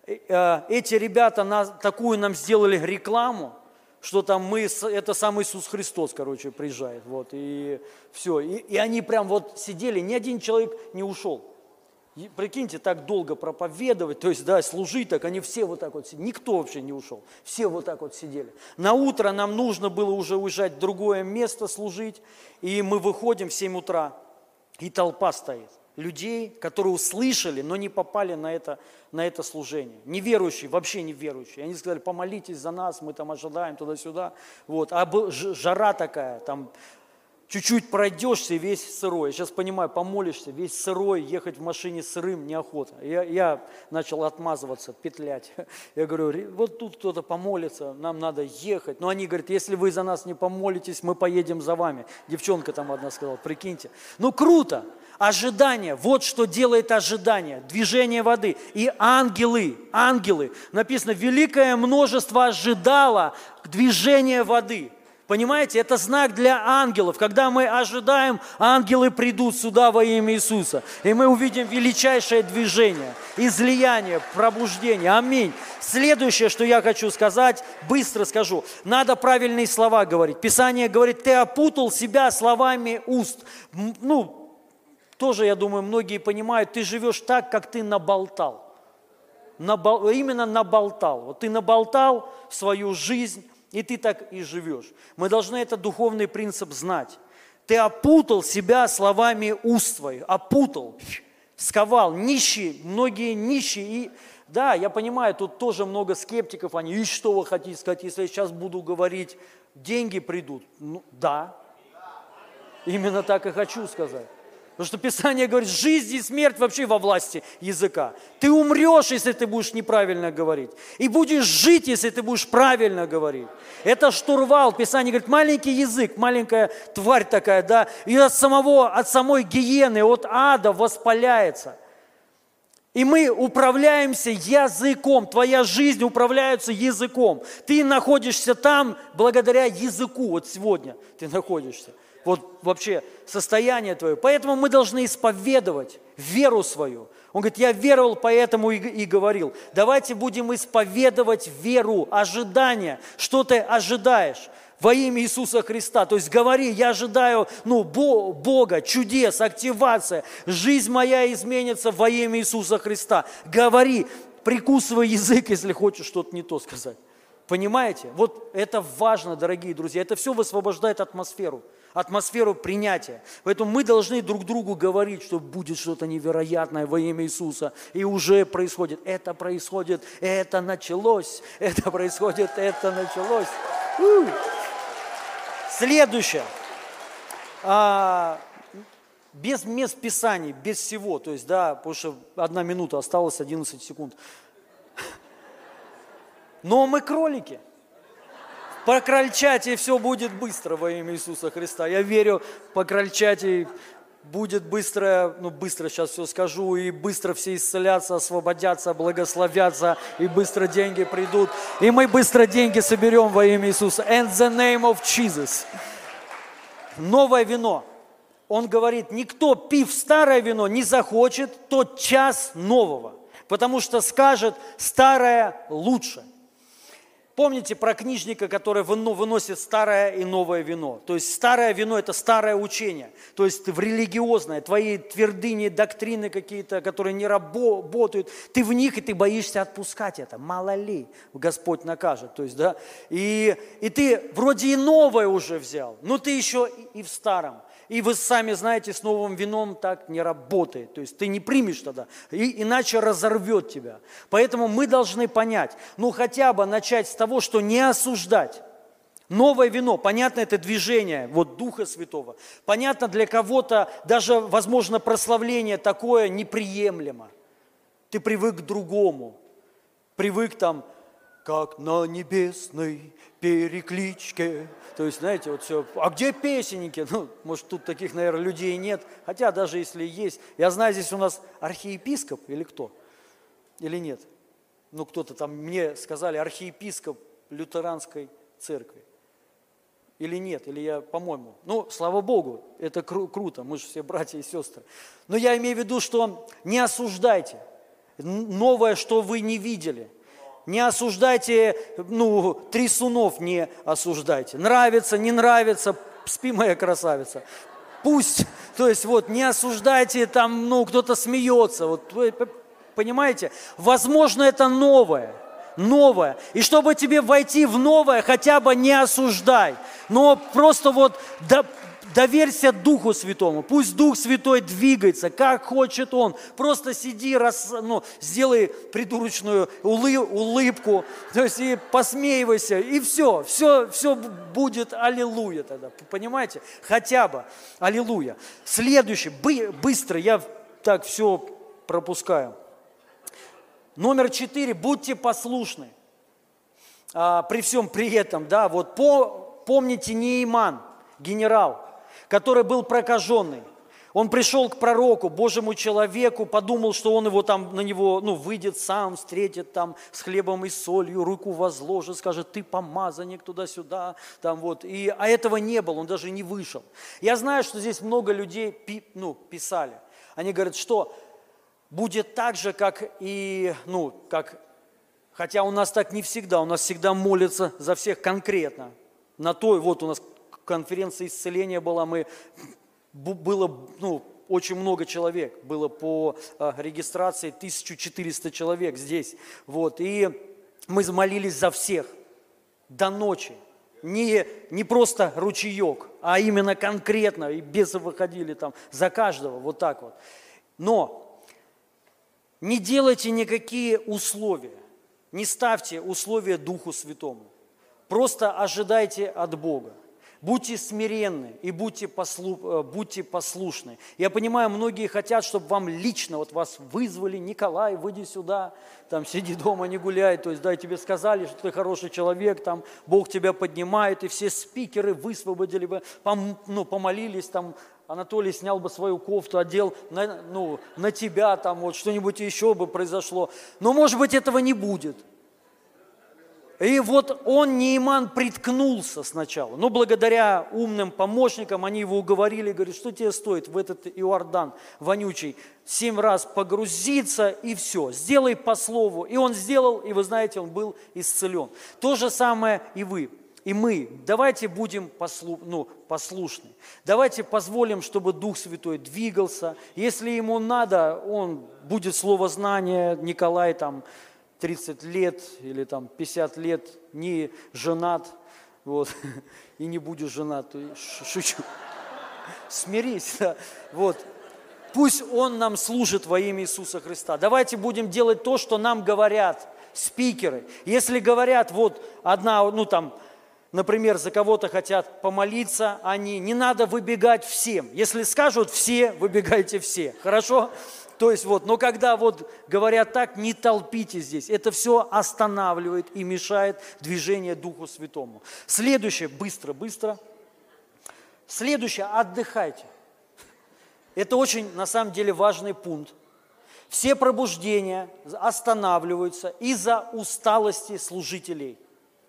эти ребята на, такую нам сделали рекламу, что там мы, это сам Иисус Христос, короче, приезжает, вот, и все, и, и они прям вот сидели, ни один человек не ушел. И, прикиньте, так долго проповедовать, то есть, да, служить, так они все вот так вот сидели, никто вообще не ушел, все вот так вот сидели. На утро нам нужно было уже уезжать в другое место служить, и мы выходим в семь утра, и толпа стоит. Людей, которые услышали, но не попали на это, на это служение. Неверующие, вообще неверующие. Они сказали, помолитесь за нас, мы там ожидаем туда-сюда. Вот. А жара такая, там чуть-чуть пройдешься и весь сырой. Я сейчас понимаю, помолишься, весь сырой, ехать в машине сырым неохота. Я, я начал отмазываться, петлять. Я говорю, вот тут кто-то помолится, нам надо ехать. Но они говорят, если вы за нас не помолитесь, мы поедем за вами. Девчонка там одна сказала, прикиньте. Ну круто! Ожидание, вот что делает ожидание, движение воды. И ангелы, ангелы, написано, великое множество ожидало движения воды. Понимаете, это знак для ангелов. Когда мы ожидаем, ангелы придут сюда во имя Иисуса. И мы увидим величайшее движение, излияние, пробуждение. Аминь. Следующее, что я хочу сказать, быстро скажу. Надо правильные слова говорить. Писание говорит, ты опутал себя словами уст. Ну, тоже, я думаю, многие понимают, ты живешь так, как ты наболтал. Набол... Именно наболтал. Вот ты наболтал свою жизнь, и ты так и живешь. Мы должны этот духовный принцип знать. Ты опутал себя словами уст твоих, опутал, сковал. Нищие, многие нищие. И, да, я понимаю, тут тоже много скептиков, они, и что вы хотите сказать, если я сейчас буду говорить, деньги придут? Ну, да, именно так и хочу сказать. Потому что Писание говорит, жизнь и смерть вообще во власти языка. Ты умрешь, если ты будешь неправильно говорить. И будешь жить, если ты будешь правильно говорить. Это штурвал. Писание говорит, маленький язык, маленькая тварь такая, да, и от самого, от самой гиены, от ада воспаляется. И мы управляемся языком. Твоя жизнь управляется языком. Ты находишься там благодаря языку. Вот сегодня ты находишься. Вот вообще состояние твое. Поэтому мы должны исповедовать веру свою. Он говорит, я веровал, поэтому и, и говорил. Давайте будем исповедовать веру, ожидание. Что ты ожидаешь во имя Иисуса Христа? То есть говори, я ожидаю ну, Бога, чудес, активация. Жизнь моя изменится во имя Иисуса Христа. Говори, прикусывай язык, если хочешь что-то не то сказать. Понимаете? Вот это важно, дорогие друзья. Это все высвобождает атмосферу. Атмосферу принятия. Поэтому мы должны друг другу говорить, что будет что-то невероятное во имя Иисуса. И уже происходит. Это происходит, это началось. Это происходит, это началось. У! Следующее. А, без мест Писаний, без всего. То есть, да, потому что одна минута осталась, одиннадцать секунд. Но мы кролики. По крольчатии все будет быстро во имя Иисуса Христа. Я верю, по крольчатии будет быстро, ну быстро сейчас все скажу, и быстро все исцелятся, освободятся, благословятся, и быстро деньги придут. И мы быстро деньги соберем во имя Иисуса. In the name of Jesus. Новое вино. Он говорит, никто, пив старое вино, не захочет тот час нового, потому что скажет, старое лучше. Помните про книжника, который выносит старое и новое вино? То есть старое вино – это старое учение, то есть в религиозное, твои твердыни, доктрины какие-то, которые не работают, ты в них, и ты боишься отпускать это. Мало ли, Господь накажет. То есть, да? и, и ты вроде и новое уже взял, но ты еще и в старом. И вы сами знаете, с новым вином так не работает. То есть ты не примешь тогда, и, иначе разорвет тебя. Поэтому мы должны понять, ну хотя бы начать с того, что не осуждать. Новое вино, понятно, это движение вот Духа Святого. Понятно, для кого-то даже, возможно, прославление такое неприемлемо. Ты привык к другому. Привык там, как на небесной перекличке. То есть, знаете, вот все. А где песенники? Ну, может, тут таких, наверное, людей нет. Хотя даже если есть. Я знаю, здесь у нас архиепископ или кто? Или нет? Ну, кто-то там, мне сказали, архиепископ лютеранской церкви. Или нет? Или я, по-моему. Ну, слава Богу, это кру- круто. Мы же все братья и сестры. Но я имею в виду, что не осуждайте новое, что вы не видели. Не осуждайте, ну, трясунов не осуждайте. Нравится, не нравится, спи, моя красавица. Пусть, то есть вот, не осуждайте, там, ну, кто-то смеется. Вот, вы понимаете? Возможно, это новое, новое. И чтобы тебе войти в новое, хотя бы не осуждай. Но просто вот... Да, доверься Духу Святому. Пусть Дух Святой двигается, как хочет Он. Просто сиди, рас, ну, сделай придурочную улы, улыбку, то есть и посмеивайся, и все, все, все будет аллилуйя тогда. Понимаете? Хотя бы аллилуйя. Следующий, бы, быстро, я так все пропускаю. Номер четыре, будьте послушны. А, при всем при этом, да, вот по, помните Неиман, генерал, который был прокаженный. Он пришел к пророку, Божьему человеку, подумал, что он его там на него, ну, выйдет сам, встретит там с хлебом и солью, руку возложит, скажет, ты помазанник туда-сюда, там вот. И, а этого не было, он даже не вышел. Я знаю, что здесь много людей пи, ну, писали. Они говорят, что будет так же, как и, ну, как, хотя у нас так не всегда, у нас всегда молятся за всех конкретно. На той, вот у нас конференция исцеления была, мы, было, ну, очень много человек, было по а, регистрации тысяча четыреста человек здесь, вот, и мы молились за всех до ночи, не, не просто ручеек, а именно конкретно, и бесы выходили там за каждого, вот так вот. Но не делайте никакие условия, не ставьте условия Духу Святому, просто ожидайте от Бога. Будьте смиренны и будьте, послу, будьте послушны. Я понимаю, многие хотят, чтобы вам лично, вот вас вызвали, Николай, выйди сюда, там сиди дома, не гуляй, то есть, да, тебе сказали, что ты хороший человек, там, Бог тебя поднимает, и все спикеры высвободили бы, пом, ну, помолились, там, Анатолий снял бы свою кофту, одел на, ну, на тебя, там, вот, что-нибудь еще бы произошло. Но, может быть, этого не будет. И вот он, Неиман, приткнулся сначала. Но благодаря умным помощникам они его уговорили, говорят, что тебе стоит в этот Иордан вонючий семь раз погрузиться и все, сделай по слову. И он сделал, и вы знаете, он был исцелен. То же самое и вы, и мы. Давайте будем послу, ну, послушны. Давайте позволим, чтобы Дух Святой двигался. Если ему надо, он будет словознание, Николай там, тридцать лет или там пятьдесят лет не женат, вот, и не будешь женат, шучу, смирись, да, вот. Пусть Он нам служит во имя Иисуса Христа. Давайте будем делать то, что нам говорят спикеры. Если говорят, вот одна, ну там, например, за кого-то хотят помолиться, они, не надо выбегать всем. Если скажут все, выбегайте все, хорошо? То есть вот, но когда вот говорят так, не толпите здесь. Это все останавливает и мешает движению Духу Святому. Следующее, быстро, быстро. Следующее, отдыхайте. Это очень, на самом деле, важный пункт. Все пробуждения останавливаются из-за усталости служителей.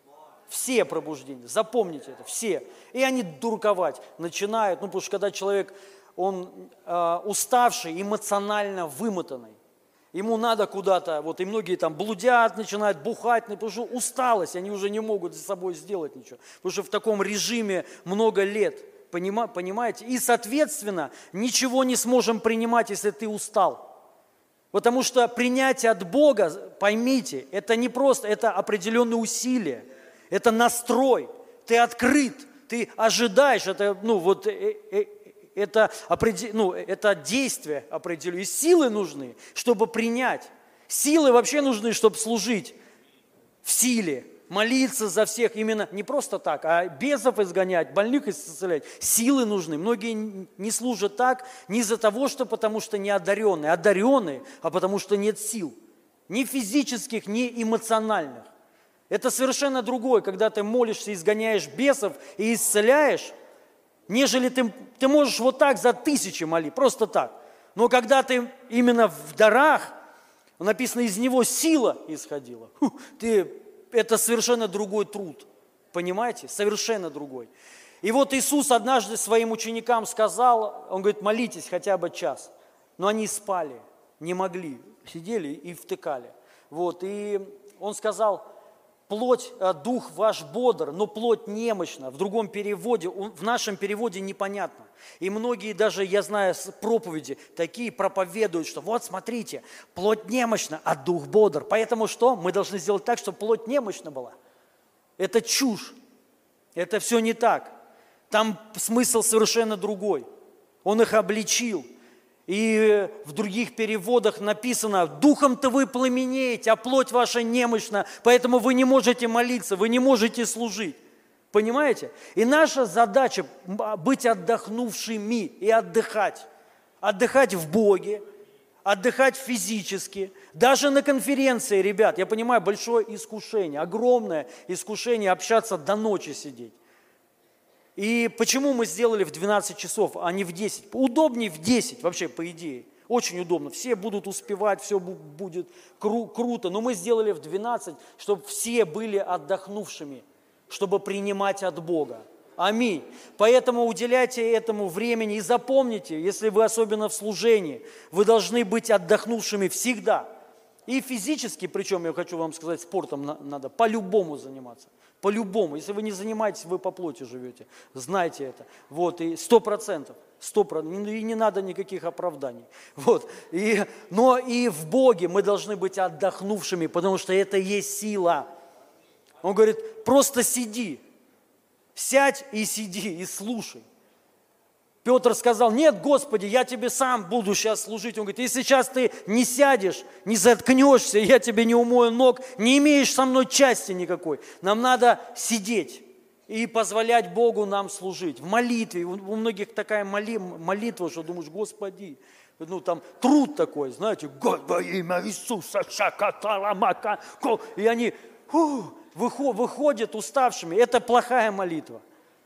Все пробуждения, запомните это, все. И они дурковать начинают, ну, потому что когда человек, он э, уставший, эмоционально вымотанный, ему надо куда-то, вот и многие там блудят, начинают бухать, потому что усталость, они уже не могут за собой сделать ничего, потому что в таком режиме много лет, понимаете? И, соответственно, ничего не сможем принимать, если ты устал. Потому что принятие от Бога, поймите, это не просто, это определенные усилия, это настрой, ты открыт, ты ожидаешь, это, ну, вот, э, э, это, ну, это действие определенное, и силы нужны, чтобы принять. Силы вообще нужны, чтобы служить в силе, молиться за всех, именно не просто так, а бесов изгонять, больных исцелять. Силы нужны. Многие не служат так не из-за того, что потому что не одаренные, одаренные, а потому что нет сил. Ни физических, ни эмоциональных. Это совершенно другое, когда ты молишься, изгоняешь бесов и исцеляешь, нежели ты, ты можешь вот так за тысячи молить, просто так. Но когда ты именно в дарах, написано, из него сила исходила, ты, это совершенно другой труд, понимаете? Совершенно другой. И вот Иисус однажды своим ученикам сказал, он говорит, молитесь хотя бы час. Но они спали, не могли, сидели и втыкали. Вот, и он сказал, плоть, дух ваш бодр, но плоть немощна. В другом переводе, в нашем переводе непонятно. И многие даже, я знаю, проповеди такие проповедуют, что вот смотрите, плоть немощна, а дух бодр. Поэтому что? Мы должны сделать так, чтобы плоть немощна была. Это чушь. Это все не так. Там смысл совершенно другой. Он их обличил. И в других переводах написано, духом-то вы пламенеете, а плоть ваша немощна, поэтому вы не можете молиться, вы не можете служить. Понимаете? И наша задача быть отдохнувшими и отдыхать. Отдыхать в Боге, отдыхать физически. Даже на конференции, ребят, я понимаю, большое искушение, огромное искушение общаться до ночи сидеть. И почему мы сделали в двенадцать часов, а не в десять? Удобнее в десять, вообще, по идее. Очень удобно. Все будут успевать, все будет кру- круто. Но мы сделали в двенадцать, чтобы все были отдохнувшими, чтобы принимать от Бога. Аминь. Поэтому уделяйте этому времени и запомните, если вы особенно в служении, вы должны быть отдохнувшими всегда. И физически, причем, я хочу вам сказать, спортом надо по-любому заниматься. По-любому. Если вы не занимаетесь, вы по плоти живете. Знайте это. Вот, и сто процентов. Сто процентов. И не надо никаких оправданий. Вот. И, но и в Боге мы должны быть отдохнувшими, потому что это есть сила. Он говорит, просто сиди. Сядь и сиди, и слушай. Петр сказал, нет, Господи, я тебе сам буду сейчас служить. Он говорит, если сейчас ты не сядешь, не заткнешься, я тебе не умою ног, не имеешь со мной части никакой. Нам надо сидеть и позволять Богу нам служить. В молитве, у многих такая моли, молитва, что думаешь, Господи, ну там труд такой, знаете, во имя Иисуса, шакаталамака, и они фу, выходят уставшими. Это плохая молитва.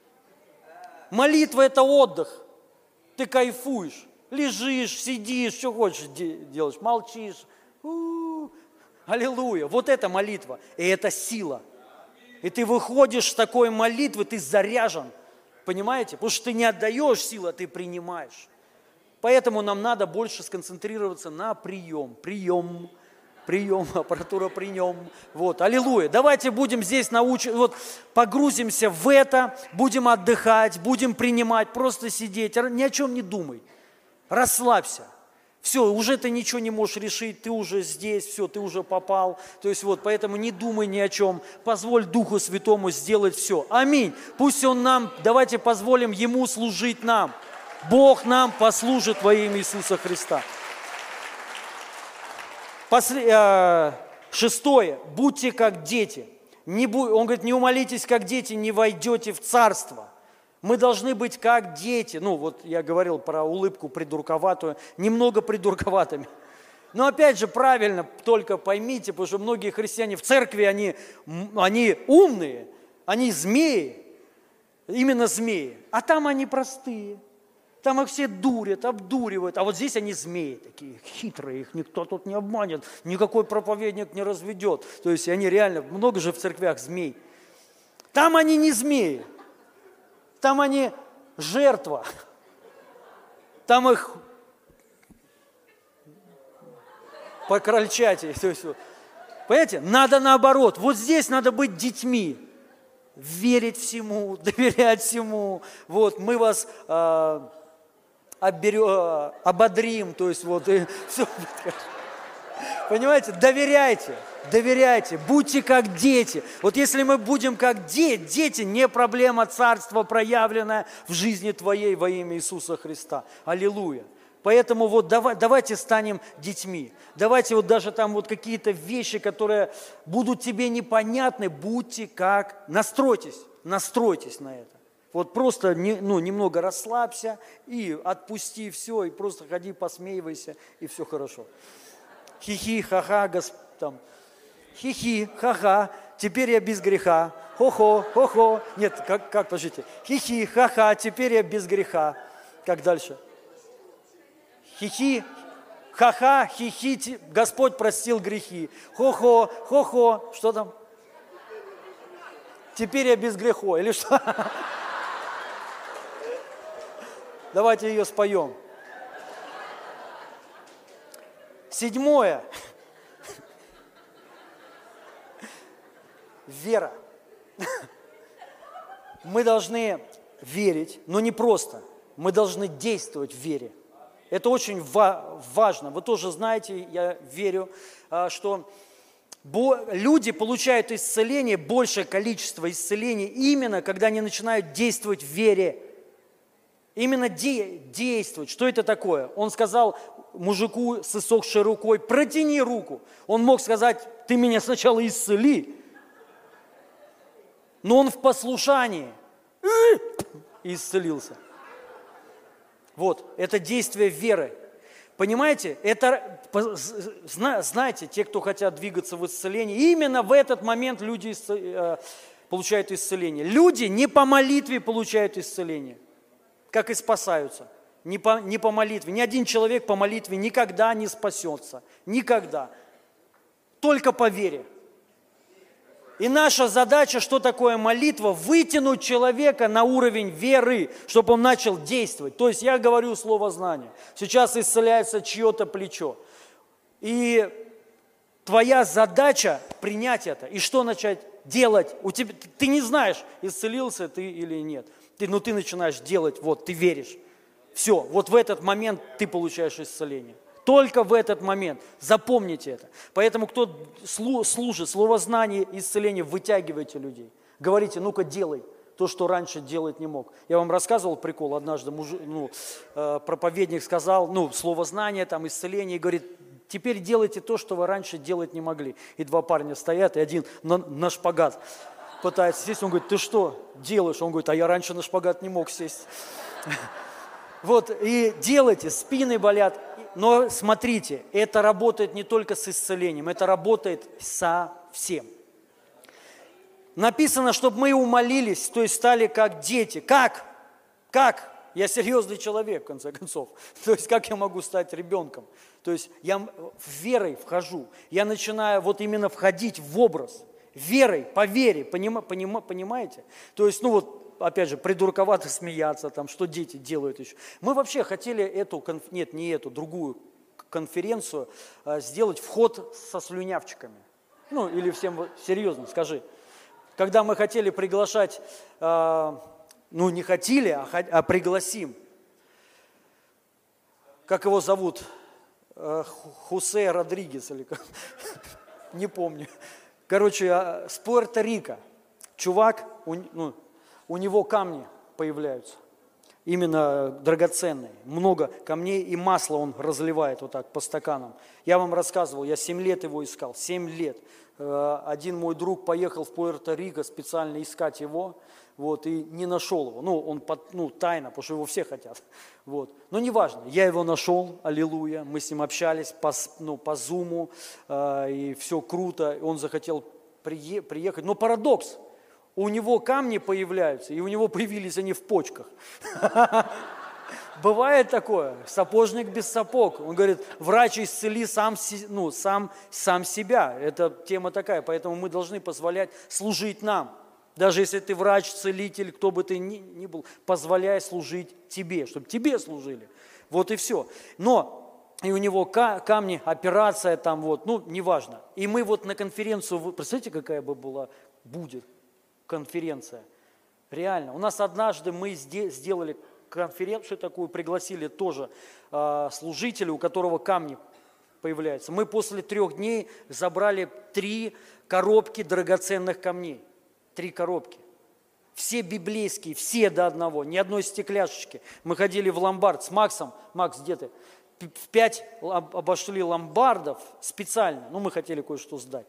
Молитва – это отдых. Ты кайфуешь, лежишь, сидишь, что хочешь делаешь, молчишь. У-у-у. Аллилуйя. Вот это молитва. И это сила. И ты выходишь с такой молитвы, ты заряжен. Понимаете? Потому что ты не отдаешь силу, а ты принимаешь. Поэтому нам надо больше сконцентрироваться на прием. Прием. Прием, аппаратура при нем. Вот, аллилуйя. Давайте будем здесь научить, вот, погрузимся в это, будем отдыхать, будем принимать, просто сидеть, ни о чем не думай. Расслабься. Все, уже ты ничего не можешь решить, ты уже здесь, все, ты уже попал. То есть вот, поэтому не думай ни о чем. Позволь Духу Святому сделать все. Аминь. Пусть Он нам, давайте позволим Ему служить нам. Бог нам послужит во имя Иисуса Христа. Шестое. Будьте как дети. Не бу... Он говорит, не умолитесь как дети, не войдете в царство. Мы должны быть как дети. Ну, вот я говорил про улыбку придурковатую, немного придурковатыми. Но опять же, правильно, только поймите, потому что многие христиане в церкви, они, они умные, они змеи, именно змеи. А там они простые. Там их все дурят, обдуривают. А вот здесь они змеи такие хитрые, их никто тут не обманет, никакой проповедник не разведет. То есть они реально, много же в церквях змей. Там они не змеи, там они жертва. Там их по крольчате. То есть, понимаете, надо наоборот. Вот здесь надо быть детьми. Верить всему, доверять всему. Вот, мы вас э, оберем, э, ободрим, то есть вот и все. Понимаете, доверяйте, доверяйте, будьте как дети. Вот если мы будем как дети, дети, не проблема, царство проявленное в жизни твоей во имя Иисуса Христа. Аллилуйя. Поэтому вот давай, давайте станем детьми. Давайте вот даже там вот какие-то вещи, которые будут тебе непонятны, будьте как, настройтесь, настройтесь на это. Вот просто не, ну, немного расслабься и отпусти все, и просто ходи, посмеивайся, и все хорошо. Хи-хи, ха-ха, госп... там, хи-хи, ха-ха, теперь я без греха. Хо-хо, хо-хо. Нет, как, как, подождите. Хи-хи, ха-ха, теперь я без греха. Как дальше? Хи-хи, ха-ха, хи-хи, Господь простил грехи. Хо-хо, хо-хо, что там? Теперь я без греха, или что? Давайте ее споем. Седьмое. Вера. Мы должны верить, но не просто. Мы должны действовать в вере. Это очень ва- важно. Вы тоже знаете, я верю, что люди получают исцеление, большее количество исцелений, именно когда они начинают действовать в вере. Именно де- действовать. Что это такое? Он сказал мужику с иссохшей рукой: протяни руку. Он мог сказать: ты меня сначала исцели. Но он в послушании и исцелился. Вот, это действие веры. Понимаете, это, знаете, те, кто хотят двигаться в исцелении, именно в этот момент люди исцел, получают исцеление. Люди не по молитве получают исцеление, как и спасаются. Не по, не по молитве. Ни один человек по молитве никогда не спасется. Никогда. Только по вере. И наша задача, что такое молитва, вытянуть человека на уровень веры, чтобы он начал действовать. То есть я говорю слово знания. Сейчас исцеляется чье-то плечо. И твоя задача принять это. И что начать делать? У тебя, ты не знаешь, исцелился ты или нет. Ты, но ты начинаешь делать, вот, ты веришь. Все, вот в этот момент ты получаешь исцеление. Только в этот момент. Запомните это. Поэтому, кто служит, словознание, исцеление, вытягивайте людей. Говорите: ну-ка делай то, что раньше делать не мог. Я вам рассказывал прикол, однажды муж, ну, проповедник сказал, ну, словознание, там, исцеление, и говорит: теперь делайте то, что вы раньше делать не могли. И два парня стоят, и один на, на шпагат пытается сесть. Он говорит: ты что делаешь? Он говорит: а я раньше на шпагат не мог сесть. Вот, и делайте, спины болят. Но смотрите, это работает не только с исцелением, это работает со всем. Написано, чтобы мы умолились, то есть стали как дети. Как? Как? Я серьезный человек, в конце концов. То есть как я могу стать ребенком? То есть я в верой вхожу, я начинаю вот именно входить в образ. Верой, по вере, поним, поним, понимаете? То есть, ну вот, опять же, придурковато смеяться, там, что дети делают еще. Мы вообще хотели эту, нет, не эту, другую конференцию а, сделать вход со слюнявчиками. Ну, или всем серьезно, скажи. Когда мы хотели приглашать, а, ну, не хотели, а, а пригласим. Как его зовут? А, Хусе Родригес или как? Не помню. Короче, а, с Пуэрто-Рико. Чувак, ну, у него камни появляются, именно драгоценные, много камней, и масло он разливает вот так по стаканам. Я вам рассказывал, я семь лет его искал, семь лет. Один мой друг поехал в Пуэрто-Рико специально искать его, вот, и не нашел его. Ну, он под, ну, тайно, потому что его все хотят. Вот. Но неважно, я его нашел, аллилуйя, мы с ним общались по, ну, по зуму, э, и все круто, он захотел прие, приехать. Но парадокс. У него камни появляются, и у него появились они в почках. Бывает такое, сапожник без сапог. Он говорит, врач исцели сам, ну, сам, сам себя. Это тема такая, поэтому мы должны позволять служить нам. Даже если ты врач, целитель, кто бы ты ни, ни был, позволяй служить тебе, чтобы тебе служили. Вот и все. Но и у него камни, операция там вот, ну, неважно. И мы вот на конференцию, представляете, какая бы была, будет конференция? Реально. У нас однажды мы сделали конференцию такую, пригласили тоже э, служителя, у которого камни появляются. Мы после трех дней забрали три коробки драгоценных камней. Три коробки. Все библейские, все до одного, ни одной стекляшечки. Мы ходили в ломбард с Максом. Макс, где ты? В пять обошли ломбардов специально. Ну, мы хотели кое-что сдать.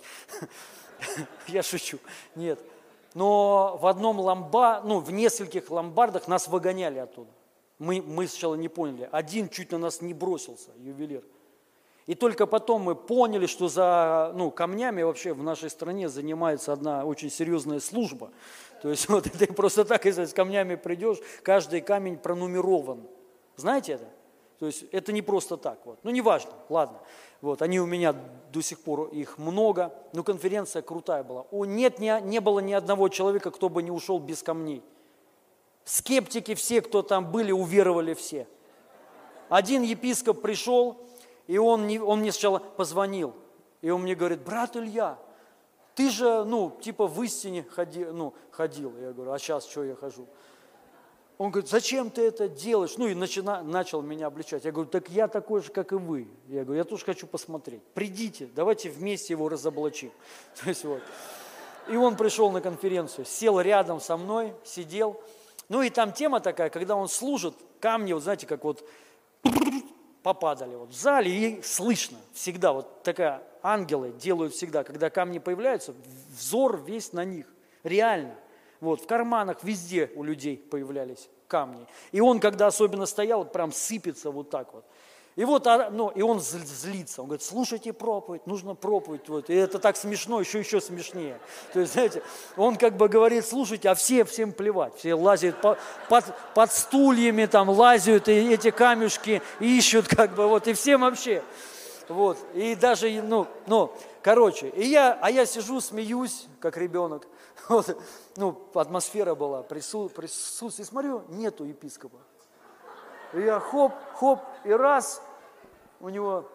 Я шучу. Нет. Но в одном ломбарде, ну, в нескольких ломбардах нас выгоняли оттуда. Мы, мы сначала не поняли. Один чуть на нас не бросился, ювелир. И только потом мы поняли, что за ну, камнями вообще в нашей стране занимается одна очень серьезная служба. То есть вот ты просто так, если с камнями придешь, каждый камень пронумерован. Знаете это? То есть это не просто так. Вот. Ну, неважно, ладно. Вот, они у меня до сих пор, их много, но конференция крутая была. О, нет, не, не было ни одного человека, кто бы не ушел без камней. Скептики все, кто там были, уверовали все. Один епископ пришел, и он, не, он мне сначала позвонил. И он мне говорит, брат Илья, ты же, ну, типа в истине ходи, ну, ходил. Я говорю, а сейчас что я хожу? Он говорит, зачем ты это делаешь? Ну и начина, начал меня обличать. Я говорю, так я такой же, как и вы. Я говорю, я тоже хочу посмотреть. Придите, давайте вместе его разоблачим. То есть вот. И он пришел на конференцию, сел рядом со мной, сидел. Ну и там тема такая, когда он служит, камни, вот знаете, как вот попадали вот в зале, и слышно всегда, вот такая, ангелы делают всегда, когда камни появляются, взор весь на них, реально. Вот, в карманах везде у людей появлялись камни. И он, когда особенно стоял, прям сыпется вот так вот. И вот, ну, и он злится, он говорит, слушайте проповедь, нужно проповедь. Вот. И это так смешно, еще еще смешнее. То есть, знаете, он как бы говорит, слушайте, а все, всем плевать. Все лазят по, под, под стульями, там лазят, и эти камешки ищут, как бы, вот, и всем вообще. Вот, и даже, ну, ну, короче, и я, а я сижу, смеюсь, как ребенок. Вот, ну, атмосфера была, прису, присутствие, смотрю, нету епископа. И я хоп, хоп, и раз, у него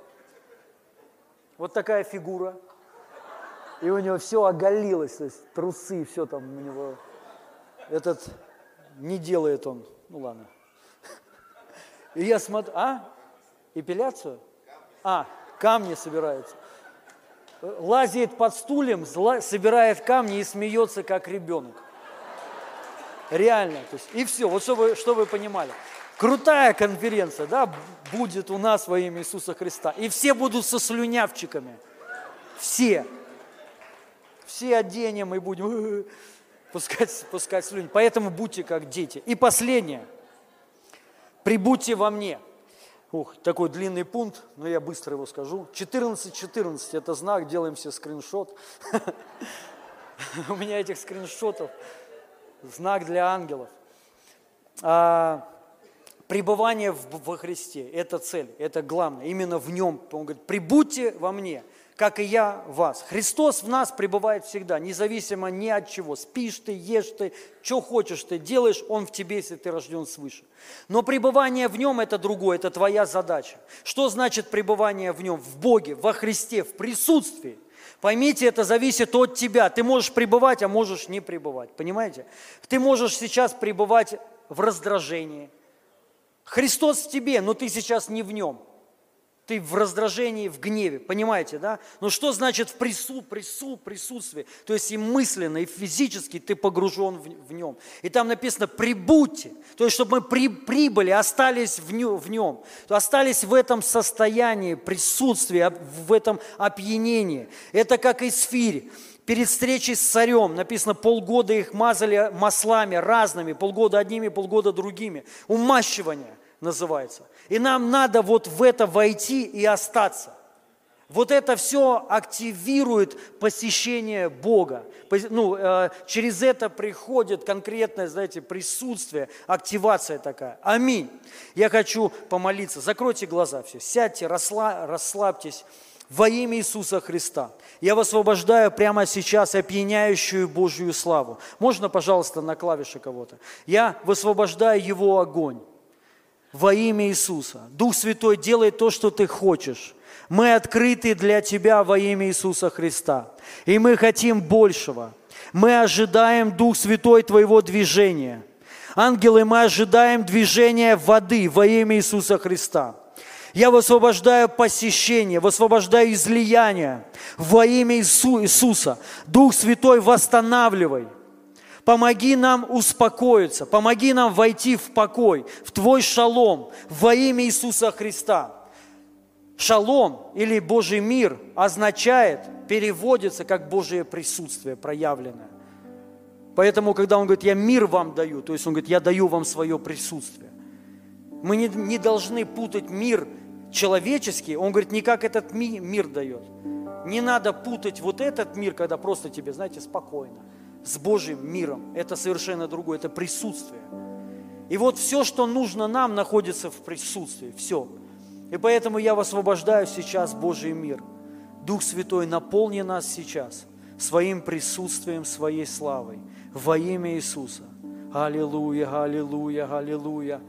вот такая фигура, и у него все оголилось, то есть трусы, все там у него, этот, не делает он, ну ладно. И я смотрю, а, эпиляцию? А, камни собираются. Лазит под стульем, собирает камни и смеется, как ребенок. Реально. То есть, и все, вот чтобы, чтобы вы понимали. Крутая конференция, да, будет у нас во имя Иисуса Христа. И все будут со слюнявчиками. Все. Все оденем и будем пускать, пускать слюни. Поэтому будьте как дети. И последнее. Прибудьте во мне. Ух, такой длинный пункт, но я быстро его скажу. четырнадцать четырнадцать, это знак, делаем все скриншот. У меня этих скриншотов, знак для ангелов. Пребывание во Христе – это цель, это главное. Именно в Нем, он говорит, прибудьте во мне, как и я в вас. Христос в нас пребывает всегда, независимо ни от чего. Спишь ты, ешь ты, что хочешь ты делаешь, Он в тебе, если ты рожден свыше. Но пребывание в Нем – это другое, это твоя задача. Что значит пребывание в Нем? В Боге, во Христе, в присутствии. Поймите, это зависит от тебя. Ты можешь пребывать, а можешь не пребывать. Понимаете? Ты можешь сейчас пребывать в раздражении. Христос в тебе, но ты сейчас не в Нем. Ты в раздражении, в гневе, понимаете, да? Но что значит в прису, прису, присутствии? То есть и мысленно, и физически ты погружен в, в Нем. И там написано «прибудьте». То есть, чтобы мы при, прибыли, остались в нем, в нем, то остались в этом состоянии присутствия, в этом опьянении. Это как Исфирь. Перед встречей с царем, написано, полгода их мазали маслами разными, полгода одними, полгода другими. Умащивание называется. И нам надо вот в это войти и остаться. Вот это все активирует посещение Бога. Ну, э, через это приходит конкретное, знаете, присутствие, активация такая. Аминь. Я хочу помолиться. Закройте глаза все. Сядьте, расслаб, расслабьтесь. Во имя Иисуса Христа. Я высвобождаю прямо сейчас опьяняющую Божью славу. Можно, пожалуйста, на клавиши кого-то? Я высвобождаю Его огонь. Во имя Иисуса. Дух Святой, делай то, что Ты хочешь. Мы открыты для Тебя во имя Иисуса Христа. И мы хотим большего. Мы ожидаем, Дух Святой, Твоего движения. Ангелы, мы ожидаем движения воды во имя Иисуса Христа. Я высвобождаю посещение, высвобождаю излияние во имя Иису, Иисуса. Дух Святой, восстанавливай. Помоги нам успокоиться, помоги нам войти в покой, в Твой шалом во имя Иисуса Христа. Шалом или Божий мир означает, переводится как Божие присутствие проявленное. Поэтому, когда Он говорит, я мир вам даю, то есть Он говорит, я даю вам свое присутствие. Мы не, не должны путать мир человеческий, Он говорит, не как этот ми, мир дает. Не надо путать вот этот мир, когда просто тебе, знаете, спокойно, с Божьим миром. Это совершенно другое, это присутствие. И вот все, что нужно нам, находится в присутствии, все. И поэтому я высвобождаю сейчас Божий мир. Дух Святой, наполни нас сейчас своим присутствием, своей славой во имя Иисуса. Аллилуйя, аллилуйя, аллилуйя.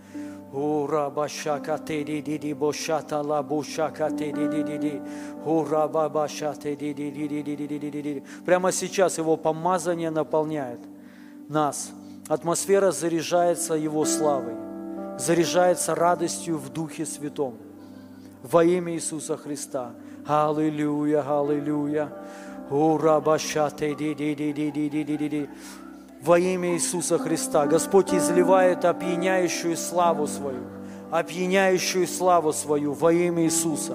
Ура башака те ди ди ди бошата ла бошака те ди ди ди ди. Ура бабаша те ди ди ди ди ди ди ди ди ди. Прямо сейчас Его помазание наполняет нас. Атмосфера заряжается Его славой, заряжается радостью в Духе Святом. Во имя Иисуса Христа. Аллилуйя, аллилуйя. Ура баша те ди ди ди ди ди ди ди ди. Во имя Иисуса Христа. Господь изливает опьяняющую славу свою, опьяняющую славу свою во имя Иисуса.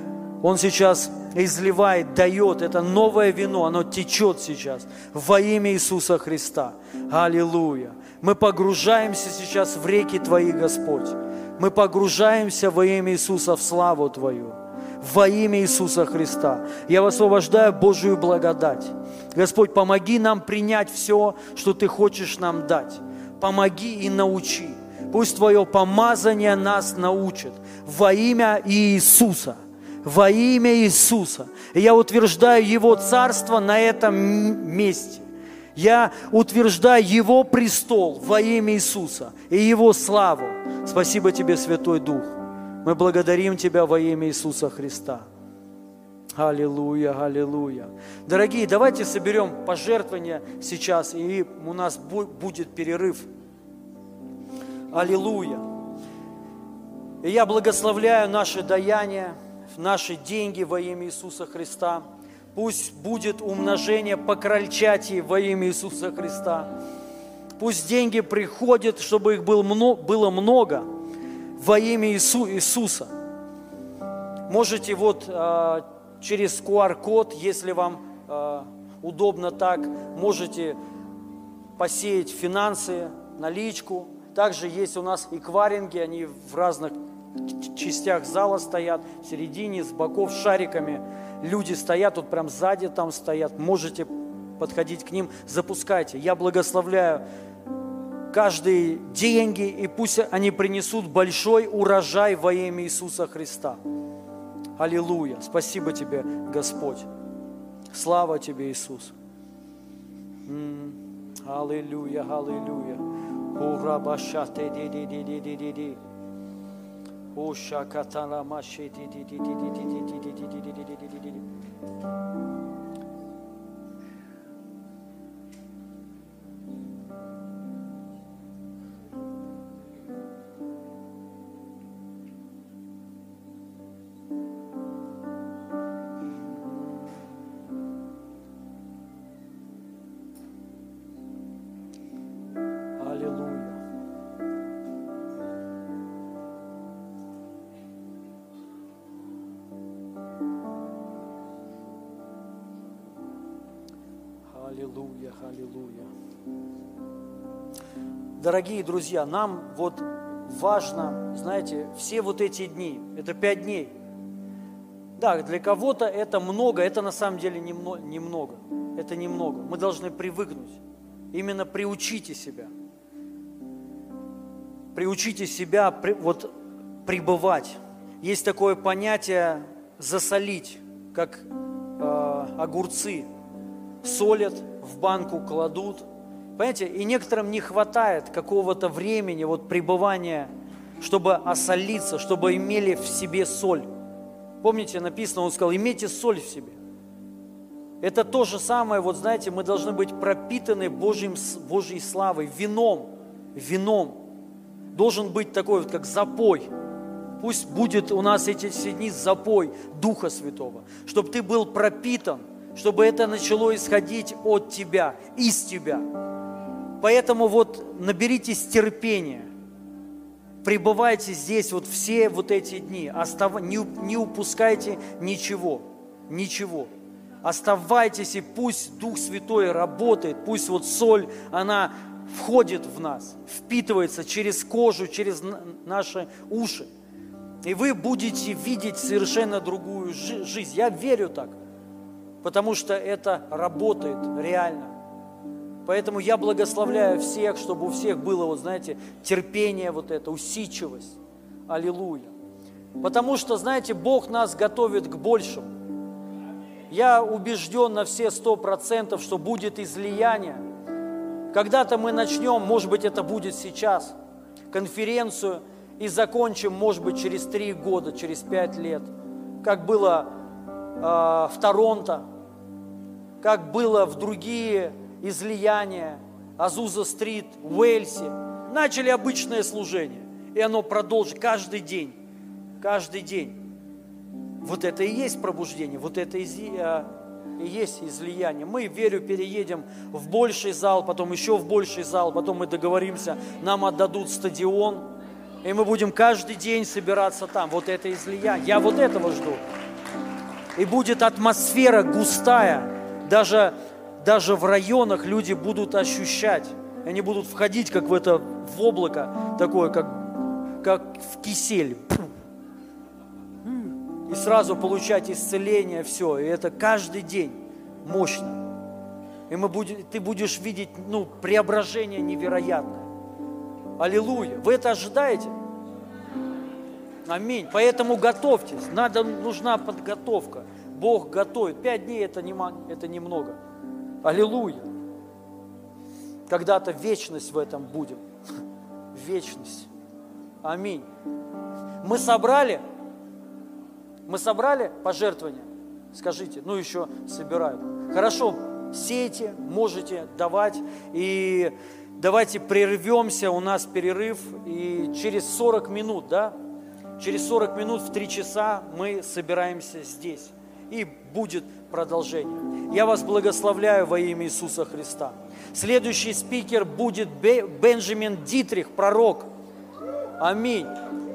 Он сейчас изливает, дает это новое вино, оно течет сейчас во имя Иисуса Христа. Аллилуйя. Мы погружаемся сейчас в реки Твои, Господь. Мы погружаемся во имя Иисуса в славу Твою. Во имя Иисуса Христа. Я высвобождаю Божию благодать. Господь, помоги нам принять все, что Ты хочешь нам дать. Помоги и научи. Пусть Твое помазание нас научит. Во имя Иисуса. Во имя Иисуса. И я утверждаю Его Царство на этом месте. Я утверждаю Его престол во имя Иисуса и Его славу. Спасибо Тебе, Святой Дух. Мы благодарим Тебя во имя Иисуса Христа. Аллилуйя, аллилуйя. Дорогие, давайте соберем пожертвования сейчас, и у нас будет перерыв. Аллилуйя. И я благословляю наши даяния, наши деньги во имя Иисуса Христа. Пусть будет умножение по крольчатии во имя Иисуса Христа. Пусть деньги приходят, чтобы их было много во имя Иису, Иисуса. Можете вот э, через ку ар код, если вам э, удобно так, можете посеять финансы, наличку. Также есть у нас эквайринги, они в разных частях зала стоят, в середине, с боков, шариками. Люди стоят, тут прям сзади там стоят. Можете подходить к ним, запускайте. Я благословляю каждые деньги, и пусть они принесут большой урожай во имя Иисуса Христа. Аллилуйя. Спасибо Тебе, Господь. Слава Тебе, Иисус. М-м. Аллилуйя, аллилуйя. Ура башате ди ди ди ди ди ди ди. Уша катала маши ди ди ди ди ди ди ди ди ди ди ди ди ди ди ди. Аллилуйя, аллилуйя. Дорогие друзья, нам вот важно, знаете, все вот эти дни, это пять дней, Да, для кого-то это много, это на самом деле немного. Это немного. Мы должны привыкнуть. Именно приучите себя. Приучите себя вот пребывать. Есть такое понятие засолить, как э, огурцы солят, в банку кладут. Понимаете, и некоторым не хватает какого-то времени, вот пребывания, чтобы осолиться, чтобы имели в себе соль. Помните, написано, он сказал, имейте соль в себе. Это то же самое, вот знаете, мы должны быть пропитаны Божьим, Божьей славой, вином, вином. Должен быть такой вот, как запой. Пусть будет у нас эти все дни запой Духа Святого, чтобы ты был пропитан, чтобы это начало исходить от тебя, из тебя. Поэтому вот наберитесь терпения, пребывайте здесь вот все вот эти дни, Остав... не, не упускайте ничего, ничего. Оставайтесь, и пусть Дух Святой работает, пусть вот соль, она входит в нас, впитывается через кожу, через наши уши. И вы будете видеть совершенно другую жизнь. Я верю так, потому что это работает реально. Поэтому я благословляю всех, чтобы у всех было, вот знаете, терпение вот это, усидчивость. Аллилуйя. Потому что, знаете, Бог нас готовит к большему. Я убежден на все сто процентов, что будет излияние. Когда-то мы начнем, может быть, это будет сейчас, конференцию, и закончим, может быть, через три года, через пять лет, как было э, в Торонто, как было в другие излияния, Азуза-стрит, в Уэльсе. Начали обычное служение, и оно продолжит каждый день, каждый день. Вот это и есть пробуждение, вот это и есть излияние. Мы, верю, переедем в больший зал, потом еще в больший зал, потом мы договоримся, нам отдадут стадион, и мы будем каждый день собираться там. Вот это излияние. Я вот этого жду. И будет атмосфера густая. Даже, даже в районах люди будут ощущать. Они будут входить как в это в облако, такое, как, как в кисель. И сразу получать исцеление, все. И это каждый день мощно. И мы будем, ты будешь видеть ну, преображение невероятное. Аллилуйя. Вы это ожидаете? Аминь. Поэтому готовьтесь. Надо, нужна подготовка. Бог готовит. Пять дней это, не, это немного. Аллилуйя. Когда-то вечность в этом будем. Вечность. Аминь. Мы собрали? Мы собрали пожертвования? Скажите. Ну, еще собирают. Хорошо. Сейте, можете давать. И давайте прервемся, у нас перерыв, и через сорок минут, да, через сорок минут в три часа мы собираемся здесь, и будет продолжение. Я вас благословляю во имя Иисуса Христа. Следующий спикер будет Бенджамин Дитрих, пророк. Аминь.